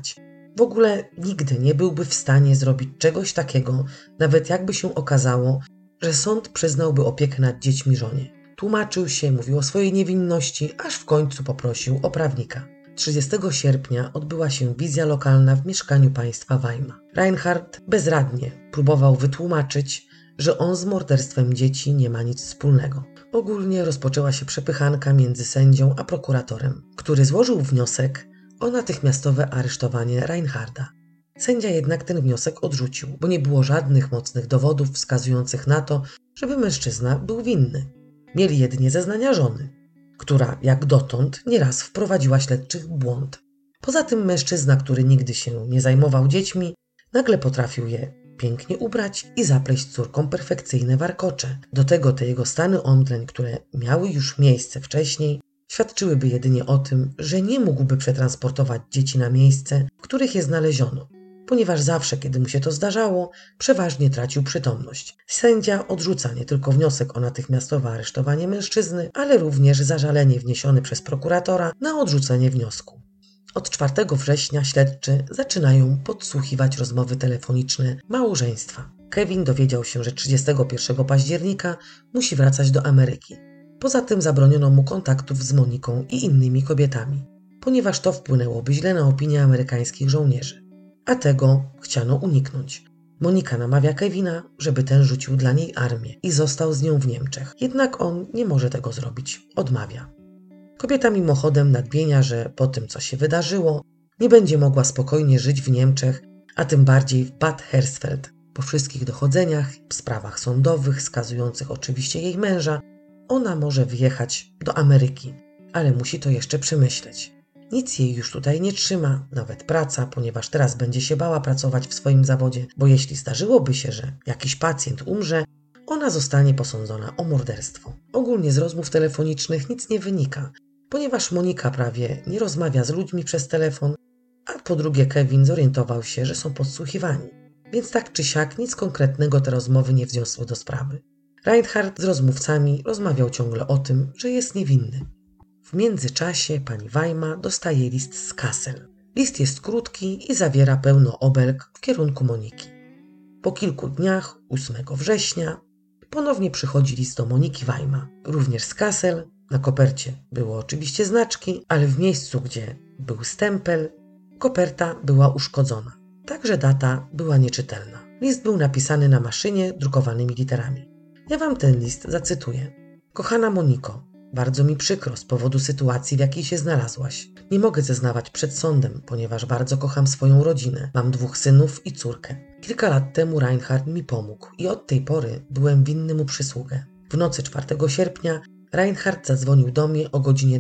W ogóle nigdy nie byłby w stanie zrobić czegoś takiego, nawet jakby się okazało, że sąd przyznałby opiekę nad dziećmi żonie. Tłumaczył się, mówił o swojej niewinności, aż w końcu poprosił o prawnika. 30 sierpnia odbyła się wizja lokalna w mieszkaniu państwa Weimar. Reinhard bezradnie próbował wytłumaczyć, że on z morderstwem dzieci nie ma nic wspólnego. Ogólnie rozpoczęła się przepychanka między sędzią a prokuratorem, który złożył wniosek o natychmiastowe aresztowanie Reinharda. Sędzia jednak ten wniosek odrzucił, bo nie było żadnych mocnych dowodów wskazujących na to, żeby mężczyzna był winny. Mieli jedynie zeznania żony, która jak dotąd nieraz wprowadziła śledczych w błąd. Poza tym mężczyzna, który nigdy się nie zajmował dziećmi, nagle potrafił je pięknie ubrać i zapleść córkom perfekcyjne warkocze. Do tego te jego stany omdleń, które miały już miejsce wcześniej, świadczyłyby jedynie o tym, że nie mógłby przetransportować dzieci na miejsce, w których je znaleziono, ponieważ zawsze, kiedy mu się to zdarzało, przeważnie tracił przytomność. Sędzia odrzuca nie tylko wniosek o natychmiastowe aresztowanie mężczyzny, ale również zażalenie wniesione przez prokuratora na odrzucenie wniosku. Od 4 września śledczy zaczynają podsłuchiwać rozmowy telefoniczne małżeństwa. Kevin dowiedział się, że 31 października musi wracać do Ameryki. Poza tym zabroniono mu kontaktów z Moniką i innymi kobietami, ponieważ to wpłynęłoby źle na opinię amerykańskich żołnierzy. A tego chciano uniknąć. Monika namawia Kevina, żeby ten rzucił dla niej armię i został z nią w Niemczech. Jednak on nie może tego zrobić. Odmawia. Kobieta mimochodem nadmienia, że po tym, co się wydarzyło, nie będzie mogła spokojnie żyć w Niemczech, a tym bardziej w Bad Hersfeld. Po wszystkich dochodzeniach, sprawach sądowych, skazujących oczywiście jej męża, ona może wyjechać do Ameryki, ale musi to jeszcze przemyśleć. Nic jej już tutaj nie trzyma, nawet praca, ponieważ teraz będzie się bała pracować w swoim zawodzie, bo jeśli zdarzyłoby się, że jakiś pacjent umrze, ona zostanie posądzona o morderstwo. Ogólnie z rozmów telefonicznych nic nie wynika, ponieważ Monika prawie nie rozmawia z ludźmi przez telefon, a po drugie Kevin zorientował się, że są podsłuchiwani. Więc tak czy siak nic konkretnego te rozmowy nie wniosły do sprawy. Reinhard z rozmówcami rozmawiał ciągle o tym, że jest niewinny. W międzyczasie pani Weimar dostaje list z Kassel. List jest krótki i zawiera pełno obelg w kierunku Moniki. Po kilku dniach, 8 września, ponownie przychodzi list do Moniki Weimar, również z Kassel. Na kopercie były oczywiście znaczki, ale w miejscu, gdzie był stempel, koperta była uszkodzona. Także data była nieczytelna. List był napisany na maszynie drukowanymi literami. Ja wam ten list zacytuję. Kochana Moniko, bardzo mi przykro z powodu sytuacji, w jakiej się znalazłaś. Nie mogę zeznawać przed sądem, ponieważ bardzo kocham swoją rodzinę. Mam 2 synów i córkę. Kilka lat temu Reinhard mi pomógł i od tej pory byłem winny mu przysługę. W nocy 4 sierpnia Reinhard zadzwonił do mnie o godzinie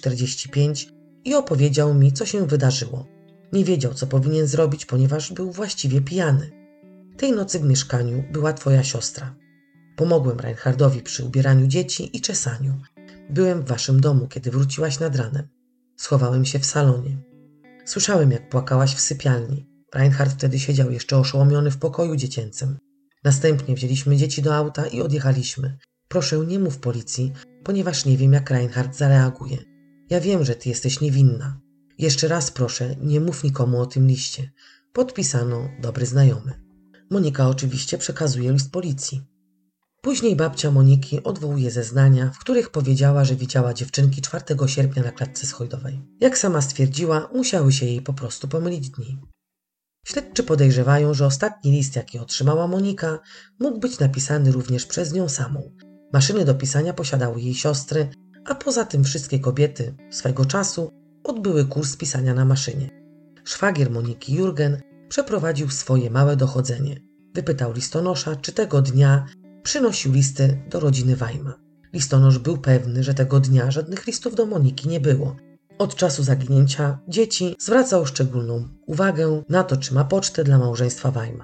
2:45 i opowiedział mi, co się wydarzyło. Nie wiedział, co powinien zrobić, ponieważ był właściwie pijany. Tej nocy w mieszkaniu była twoja siostra. Pomogłem Reinhardowi przy ubieraniu dzieci i czesaniu. Byłem w waszym domu, kiedy wróciłaś nad ranem. Schowałem się w salonie. Słyszałem, jak płakałaś w sypialni. Reinhard wtedy siedział jeszcze oszołomiony w pokoju dziecięcym. Następnie wzięliśmy dzieci do auta i odjechaliśmy. Proszę, nie mów policji, ponieważ nie wiem, jak Reinhard zareaguje. Ja wiem, że ty jesteś niewinna. Jeszcze raz proszę, nie mów nikomu o tym liście. Podpisano dobry znajomy. Monika oczywiście przekazuje list policji. Później babcia Moniki odwołuje zeznania, w których powiedziała, że widziała dziewczynki 4 sierpnia na klatce schojdowej. Jak sama stwierdziła, musiały się jej po prostu pomylić dni. Śledczy podejrzewają, że ostatni list, jaki otrzymała Monika, mógł być napisany również przez nią samą. Maszyny do pisania posiadały jej siostry, a poza tym wszystkie kobiety swego czasu odbyły kurs pisania na maszynie. Szwagier Moniki Jurgen przeprowadził swoje małe dochodzenie. Wypytał listonosza, czy tego dnia przynosił listy do rodziny Weimar. Listonosz był pewny, że tego dnia żadnych listów do Moniki nie było. Od czasu zaginięcia dzieci zwracał szczególną uwagę na to, czy ma pocztę dla małżeństwa Weimar.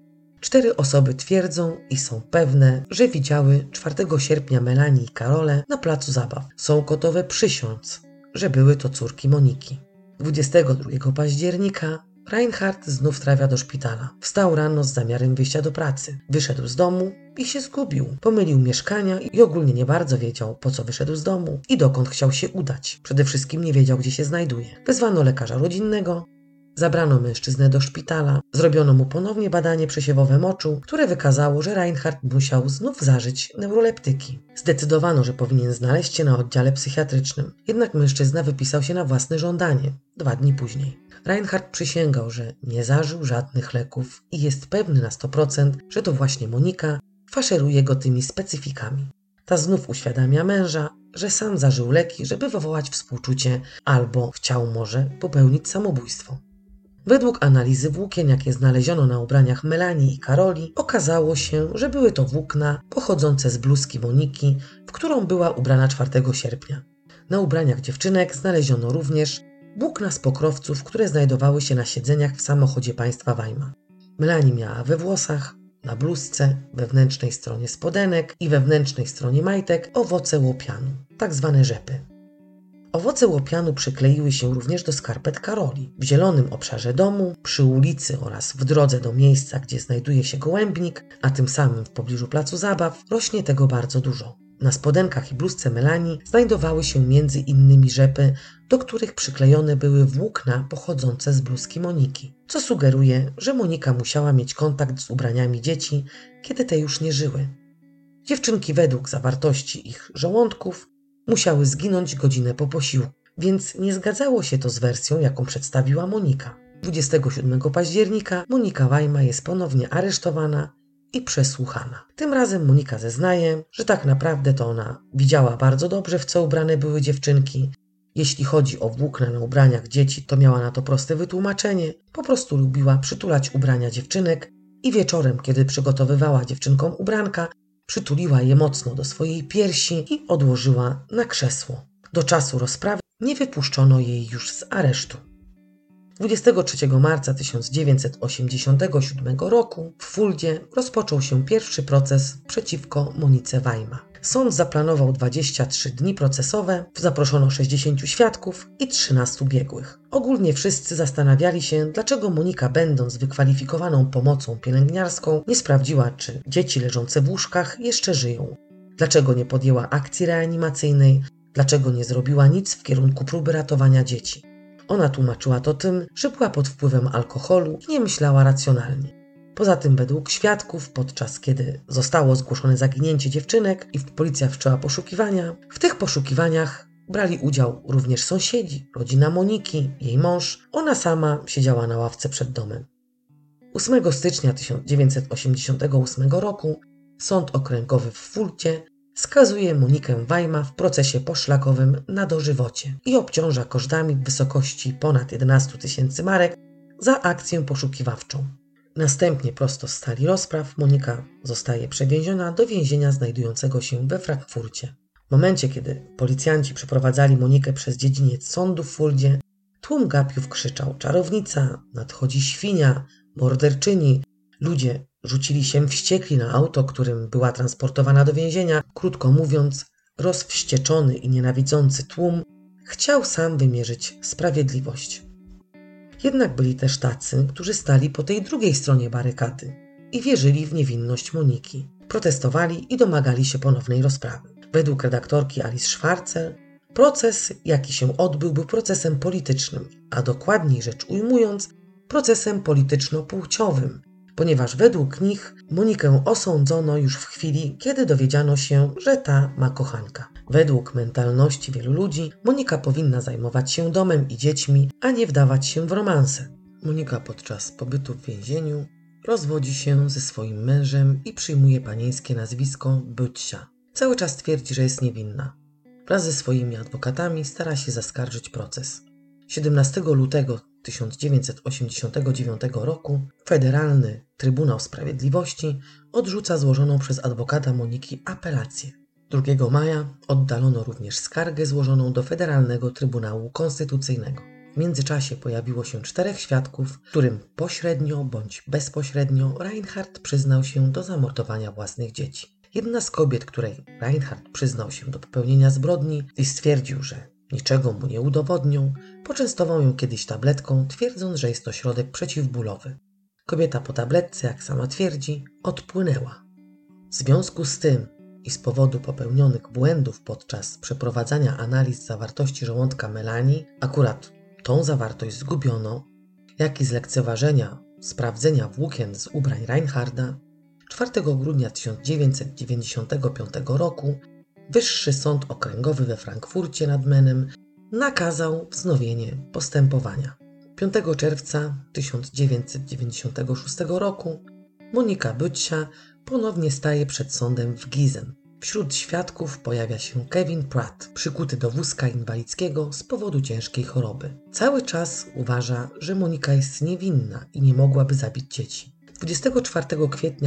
4 osoby twierdzą i są pewne, że widziały 4 sierpnia Melanie i Karolę na placu zabaw. Są gotowe przysiąc, że były to córki Moniki. 22 października Reinhard znów trafia do szpitala. Wstał rano z zamiarem wyjścia do pracy. Wyszedł z domu i się zgubił. Pomylił mieszkania i ogólnie nie bardzo wiedział, po co wyszedł z domu i dokąd chciał się udać. Przede wszystkim nie wiedział, gdzie się znajduje. Wezwano lekarza rodzinnego Zabrano mężczyznę do szpitala, zrobiono mu ponownie badanie przesiewowe moczu, które wykazało, że Reinhardt musiał znów zażyć neuroleptyki. Zdecydowano, że powinien znaleźć się na oddziale psychiatrycznym, jednak mężczyzna wypisał się na własne żądanie 2 dni później. Reinhardt przysięgał, że nie zażył żadnych leków i jest pewny na 100%, że to właśnie Monika faszeruje go tymi specyfikami. Ta znów uświadamia męża, że sam zażył leki, żeby wywołać współczucie albo chciał może popełnić samobójstwo. Według analizy włókien, jakie znaleziono na ubraniach Melanie i Karoli, okazało się, że były to włókna pochodzące z bluzki Moniki, w którą była ubrana 4 sierpnia. Na ubraniach dziewczynek znaleziono również włókna z pokrowców, które znajdowały się na siedzeniach w samochodzie państwa Weimar. Melanie miała we włosach, na bluzce, wewnętrznej stronie spodenek i wewnętrznej stronie majtek owoce łopianu, tak zwane rzepy. Owoce łopianu przykleiły się również do skarpet Karoli. W zielonym obszarze domu, przy ulicy oraz w drodze do miejsca, gdzie znajduje się gołębnik, a tym samym w pobliżu placu zabaw, rośnie tego bardzo dużo. Na spodenkach i bluzce Melanie znajdowały się między innymi rzepy, do których przyklejone były włókna pochodzące z bluzki Moniki, co sugeruje, że Monika musiała mieć kontakt z ubraniami dzieci, kiedy te już nie żyły. Dziewczynki według zawartości ich żołądków musiały zginąć godzinę po posiłku, więc nie zgadzało się to z wersją, jaką przedstawiła Monika. 27 października Monika Weimar jest ponownie aresztowana i przesłuchana. Tym razem Monika zeznaje, że tak naprawdę to ona widziała bardzo dobrze, w co ubrane były dziewczynki. Jeśli chodzi o włókna na ubraniach dzieci, to miała na to proste wytłumaczenie. Po prostu lubiła przytulać ubrania dziewczynek i wieczorem, kiedy przygotowywała dziewczynkom ubranka, przytuliła je mocno do swojej piersi i odłożyła na krzesło. Do czasu rozprawy nie wypuszczono jej już z aresztu. 23 marca 1987 roku w Fuldzie rozpoczął się pierwszy proces przeciwko Monice Weimar. Sąd zaplanował 23 dni procesowe, zaproszono 60 świadków i 13 biegłych. Ogólnie wszyscy zastanawiali się, dlaczego Monika, będąc wykwalifikowaną pomocą pielęgniarską, nie sprawdziła, czy dzieci leżące w łóżkach jeszcze żyją. Dlaczego nie podjęła akcji reanimacyjnej, dlaczego nie zrobiła nic w kierunku próby ratowania dzieci. Ona tłumaczyła to tym, że była pod wpływem alkoholu i nie myślała racjonalnie. Poza tym według świadków, podczas kiedy zostało zgłoszone zaginięcie dziewczynek i policja wszczęła poszukiwania, w tych poszukiwaniach brali udział również sąsiedzi, rodzina Moniki, jej mąż, ona sama siedziała na ławce przed domem. 8 stycznia 1988 roku Sąd Okręgowy w Fuldzie skazuje Monikę Weimar w procesie poszlakowym na dożywocie i obciąża kosztami w wysokości ponad 11 000 marek za akcję poszukiwawczą. Następnie prosto z sali rozpraw Monika zostaje przewieziona do więzienia znajdującego się we Frankfurcie. W momencie, kiedy policjanci przeprowadzali Monikę przez dziedziniec sądu w Fuldzie, tłum gapiów krzyczał: czarownica, nadchodzi świnia, morderczyni. Ludzie rzucili się wściekli na auto, którym była transportowana do więzienia. Krótko mówiąc, rozwścieczony i nienawidzący tłum chciał sam wymierzyć sprawiedliwość. Jednak byli też tacy, którzy stali po tej drugiej stronie barykady i wierzyli w niewinność Moniki. Protestowali i domagali się ponownej rozprawy. Według redaktorki Alice Schwarzer, proces, jaki się odbył, był procesem politycznym, a dokładniej rzecz ujmując, procesem polityczno-płciowym, ponieważ według nich Monikę osądzono już w chwili, kiedy dowiedziano się, że ta ma kochanka. Według mentalności wielu ludzi Monika powinna zajmować się domem i dziećmi, a nie wdawać się w romanse. Monika podczas pobytu w więzieniu rozwodzi się ze swoim mężem i przyjmuje panieńskie nazwisko Böttcher. Cały czas twierdzi, że jest niewinna. Wraz ze swoimi adwokatami stara się zaskarżyć proces. 17 lutego 1989 roku Federalny Trybunał Sprawiedliwości odrzuca złożoną przez adwokata Moniki apelację. 2 maja oddalono również skargę złożoną do Federalnego Trybunału Konstytucyjnego. W międzyczasie pojawiło się 4 świadków, którym pośrednio bądź bezpośrednio Reinhardt przyznał się do zamordowania własnych dzieci. Jedna z kobiet, której Reinhardt przyznał się do popełnienia zbrodni i stwierdził, że niczego mu nie udowodnią, poczęstował ją kiedyś tabletką, twierdząc, że jest to środek przeciwbólowy. Kobieta po tabletce, jak sama twierdzi, odpłynęła. W związku z tym i z powodu popełnionych błędów podczas przeprowadzania analiz zawartości żołądka Melanie, akurat tą zawartość zgubiono jak i z lekceważenia sprawdzenia włókien z ubrań Reinharda, 4 grudnia 1995 roku Wyższy Sąd Okręgowy we Frankfurcie nad Menem nakazał wznowienie postępowania. 5 czerwca 1996 roku Monika Büttcher ponownie staje przed sądem w Gießen. Wśród świadków pojawia się Kevin Pratt, przykuty do wózka inwalidzkiego z powodu ciężkiej choroby. Cały czas uważa, że Monika jest niewinna i nie mogłaby zabić dzieci. 24 kwietnia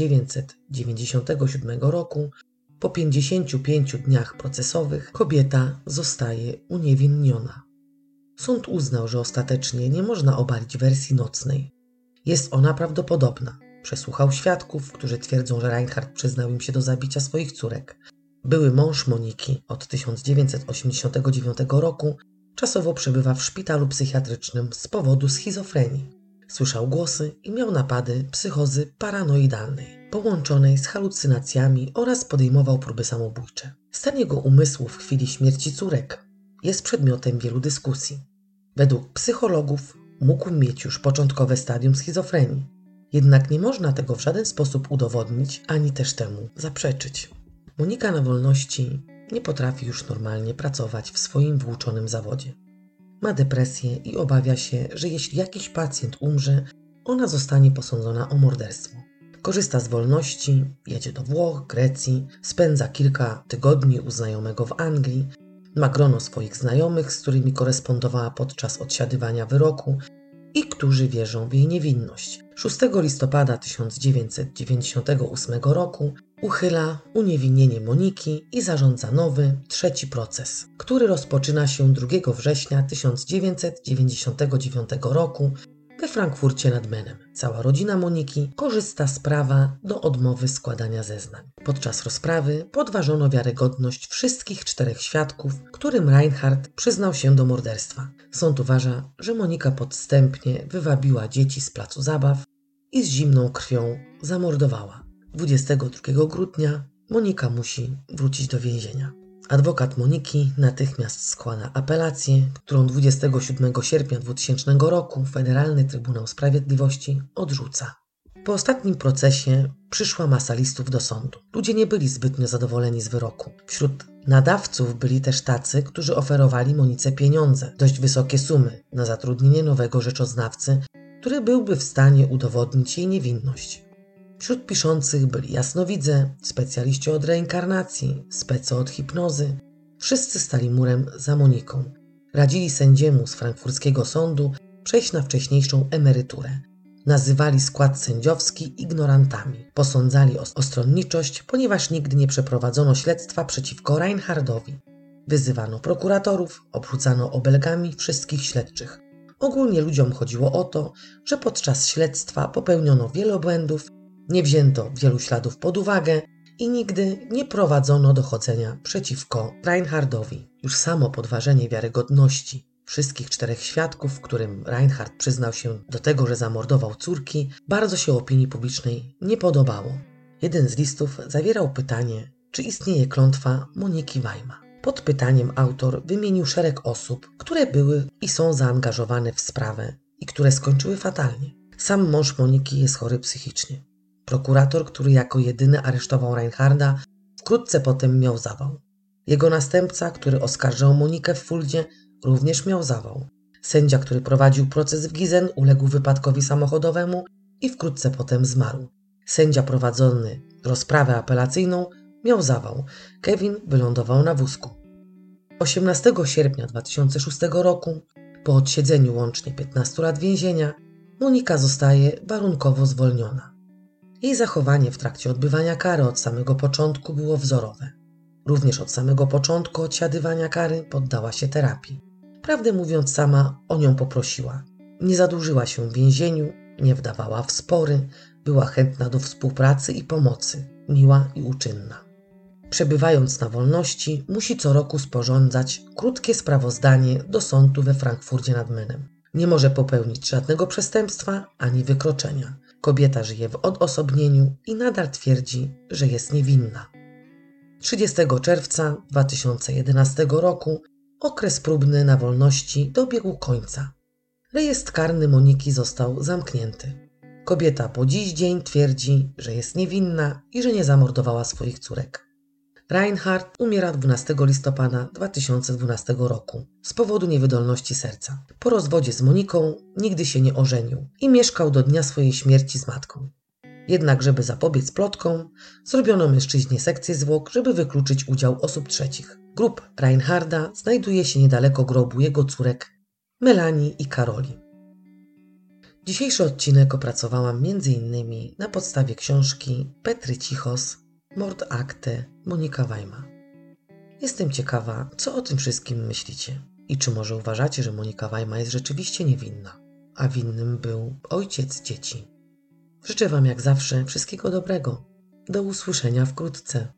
1997 roku, po 55 dniach procesowych, kobieta zostaje uniewinniona. Sąd uznał, że ostatecznie nie można obalić wersji nocnej. Jest ona prawdopodobna. Przesłuchał świadków, którzy twierdzą, że Reinhard przyznał im się do zabicia swoich córek. Były mąż Moniki od 1989 roku czasowo przebywa w szpitalu psychiatrycznym z powodu schizofrenii. Słyszał głosy i miał napady psychozy paranoidalnej, połączonej z halucynacjami oraz podejmował próby samobójcze. Stan jego umysłu w chwili śmierci córek jest przedmiotem wielu dyskusji. Według psychologów mógł mieć już początkowe stadium schizofrenii. Jednak nie można tego w żaden sposób udowodnić, ani też temu zaprzeczyć. Monika na wolności nie potrafi już normalnie pracować w swoim włóczonym zawodzie. Ma depresję i obawia się, że jeśli jakiś pacjent umrze, ona zostanie posądzona o morderstwo. Korzysta z wolności, jedzie do Włoch, Grecji, spędza kilka tygodni u znajomego w Anglii, ma grono swoich znajomych, z którymi korespondowała podczas odsiadywania wyroku i którzy wierzą w jej niewinność. 6 listopada 1998 roku uchyla uniewinnienie Moniki i zarządza nowy, trzeci proces, który rozpoczyna się 2 września 1999 roku we Frankfurcie nad Menem. Cała rodzina Moniki korzysta z prawa do odmowy składania zeznań. Podczas rozprawy podważono wiarygodność wszystkich 4 świadków, którym Reinhard przyznał się do morderstwa. Sąd uważa, że Monika podstępnie wywabiła dzieci z placu zabaw i z zimną krwią zamordowała. 22 grudnia Monika musi wrócić do więzienia. Adwokat Moniki natychmiast składa apelację, którą 27 sierpnia 2000 roku Federalny Trybunał Sprawiedliwości odrzuca. Po ostatnim procesie przyszła masa listów do sądu. Ludzie nie byli zbytnio zadowoleni z wyroku. Wśród nadawców byli też tacy, którzy oferowali Monice pieniądze, dość wysokie sumy, na zatrudnienie nowego rzeczoznawcy, który byłby w stanie udowodnić jej niewinność. Wśród piszących byli jasnowidze, specjaliści od reinkarnacji, specy od hipnozy. Wszyscy stali murem za Moniką. Radzili sędziemu z frankfurckiego sądu przejść na wcześniejszą emeryturę. Nazywali skład sędziowski ignorantami. Posądzali o stronniczość, ponieważ nigdy nie przeprowadzono śledztwa przeciwko Reinhardowi. Wyzywano prokuratorów, obrzucano obelgami wszystkich śledczych. Ogólnie ludziom chodziło o to, że podczas śledztwa popełniono wiele błędów, nie wzięto wielu śladów pod uwagę i nigdy nie prowadzono dochodzenia przeciwko Reinhardowi. Już samo podważenie wiarygodności wszystkich 4 świadków, którym Reinhard przyznał się do tego, że zamordował córki, bardzo się opinii publicznej nie podobało. Jeden z listów zawierał pytanie, czy istnieje klątwa Moniki Weima. Pod pytaniem autor wymienił szereg osób, które były i są zaangażowane w sprawę i które skończyły fatalnie. Sam mąż Moniki jest chory psychicznie. Prokurator, który jako jedyny aresztował Reinharda, wkrótce potem miał zawał. Jego następca, który oskarżał Monikę w Fuldzie, również miał zawał. Sędzia, który prowadził proces w Gießen, uległ wypadkowi samochodowemu i wkrótce potem zmarł. Sędzia prowadzący rozprawę apelacyjną miał zawał. Kevin wylądował na wózku. 18 sierpnia 2006 roku, po odsiedzeniu łącznie 15 lat więzienia, Monika zostaje warunkowo zwolniona. Jej zachowanie w trakcie odbywania kary od samego początku było wzorowe. Również od samego początku odsiadywania kary poddała się terapii. Prawdę mówiąc, sama o nią poprosiła. Nie zadłużyła się w więzieniu, nie wdawała w spory, była chętna do współpracy i pomocy, miła i uczynna. Przebywając na wolności, musi co roku sporządzać krótkie sprawozdanie do sądu we Frankfurcie nad Menem. Nie może popełnić żadnego przestępstwa ani wykroczenia. Kobieta żyje w odosobnieniu i nadal twierdzi, że jest niewinna. 30 czerwca 2011 roku okres próbny na wolności dobiegł końca. Rejestr karny Moniki został zamknięty. Kobieta po dziś dzień twierdzi, że jest niewinna i że nie zamordowała swoich córek. Reinhard umiera 12 listopada 2012 roku z powodu niewydolności serca. Po rozwodzie z Moniką nigdy się nie ożenił i mieszkał do dnia swojej śmierci z matką. Jednak, żeby zapobiec plotkom, zrobiono mężczyźnie sekcję zwłok, żeby wykluczyć udział osób trzecich. Grób Reinharda znajduje się niedaleko grobu jego córek Melanie i Karoli. Dzisiejszy odcinek opracowałam m.in. na podstawie książki Petry Cichos Mordakte Monika Wajma. Jestem ciekawa, co o tym wszystkim myślicie i czy może uważacie, że Monika Wajma jest rzeczywiście niewinna, a winnym był ojciec dzieci. Życzę Wam jak zawsze wszystkiego dobrego. Do usłyszenia wkrótce.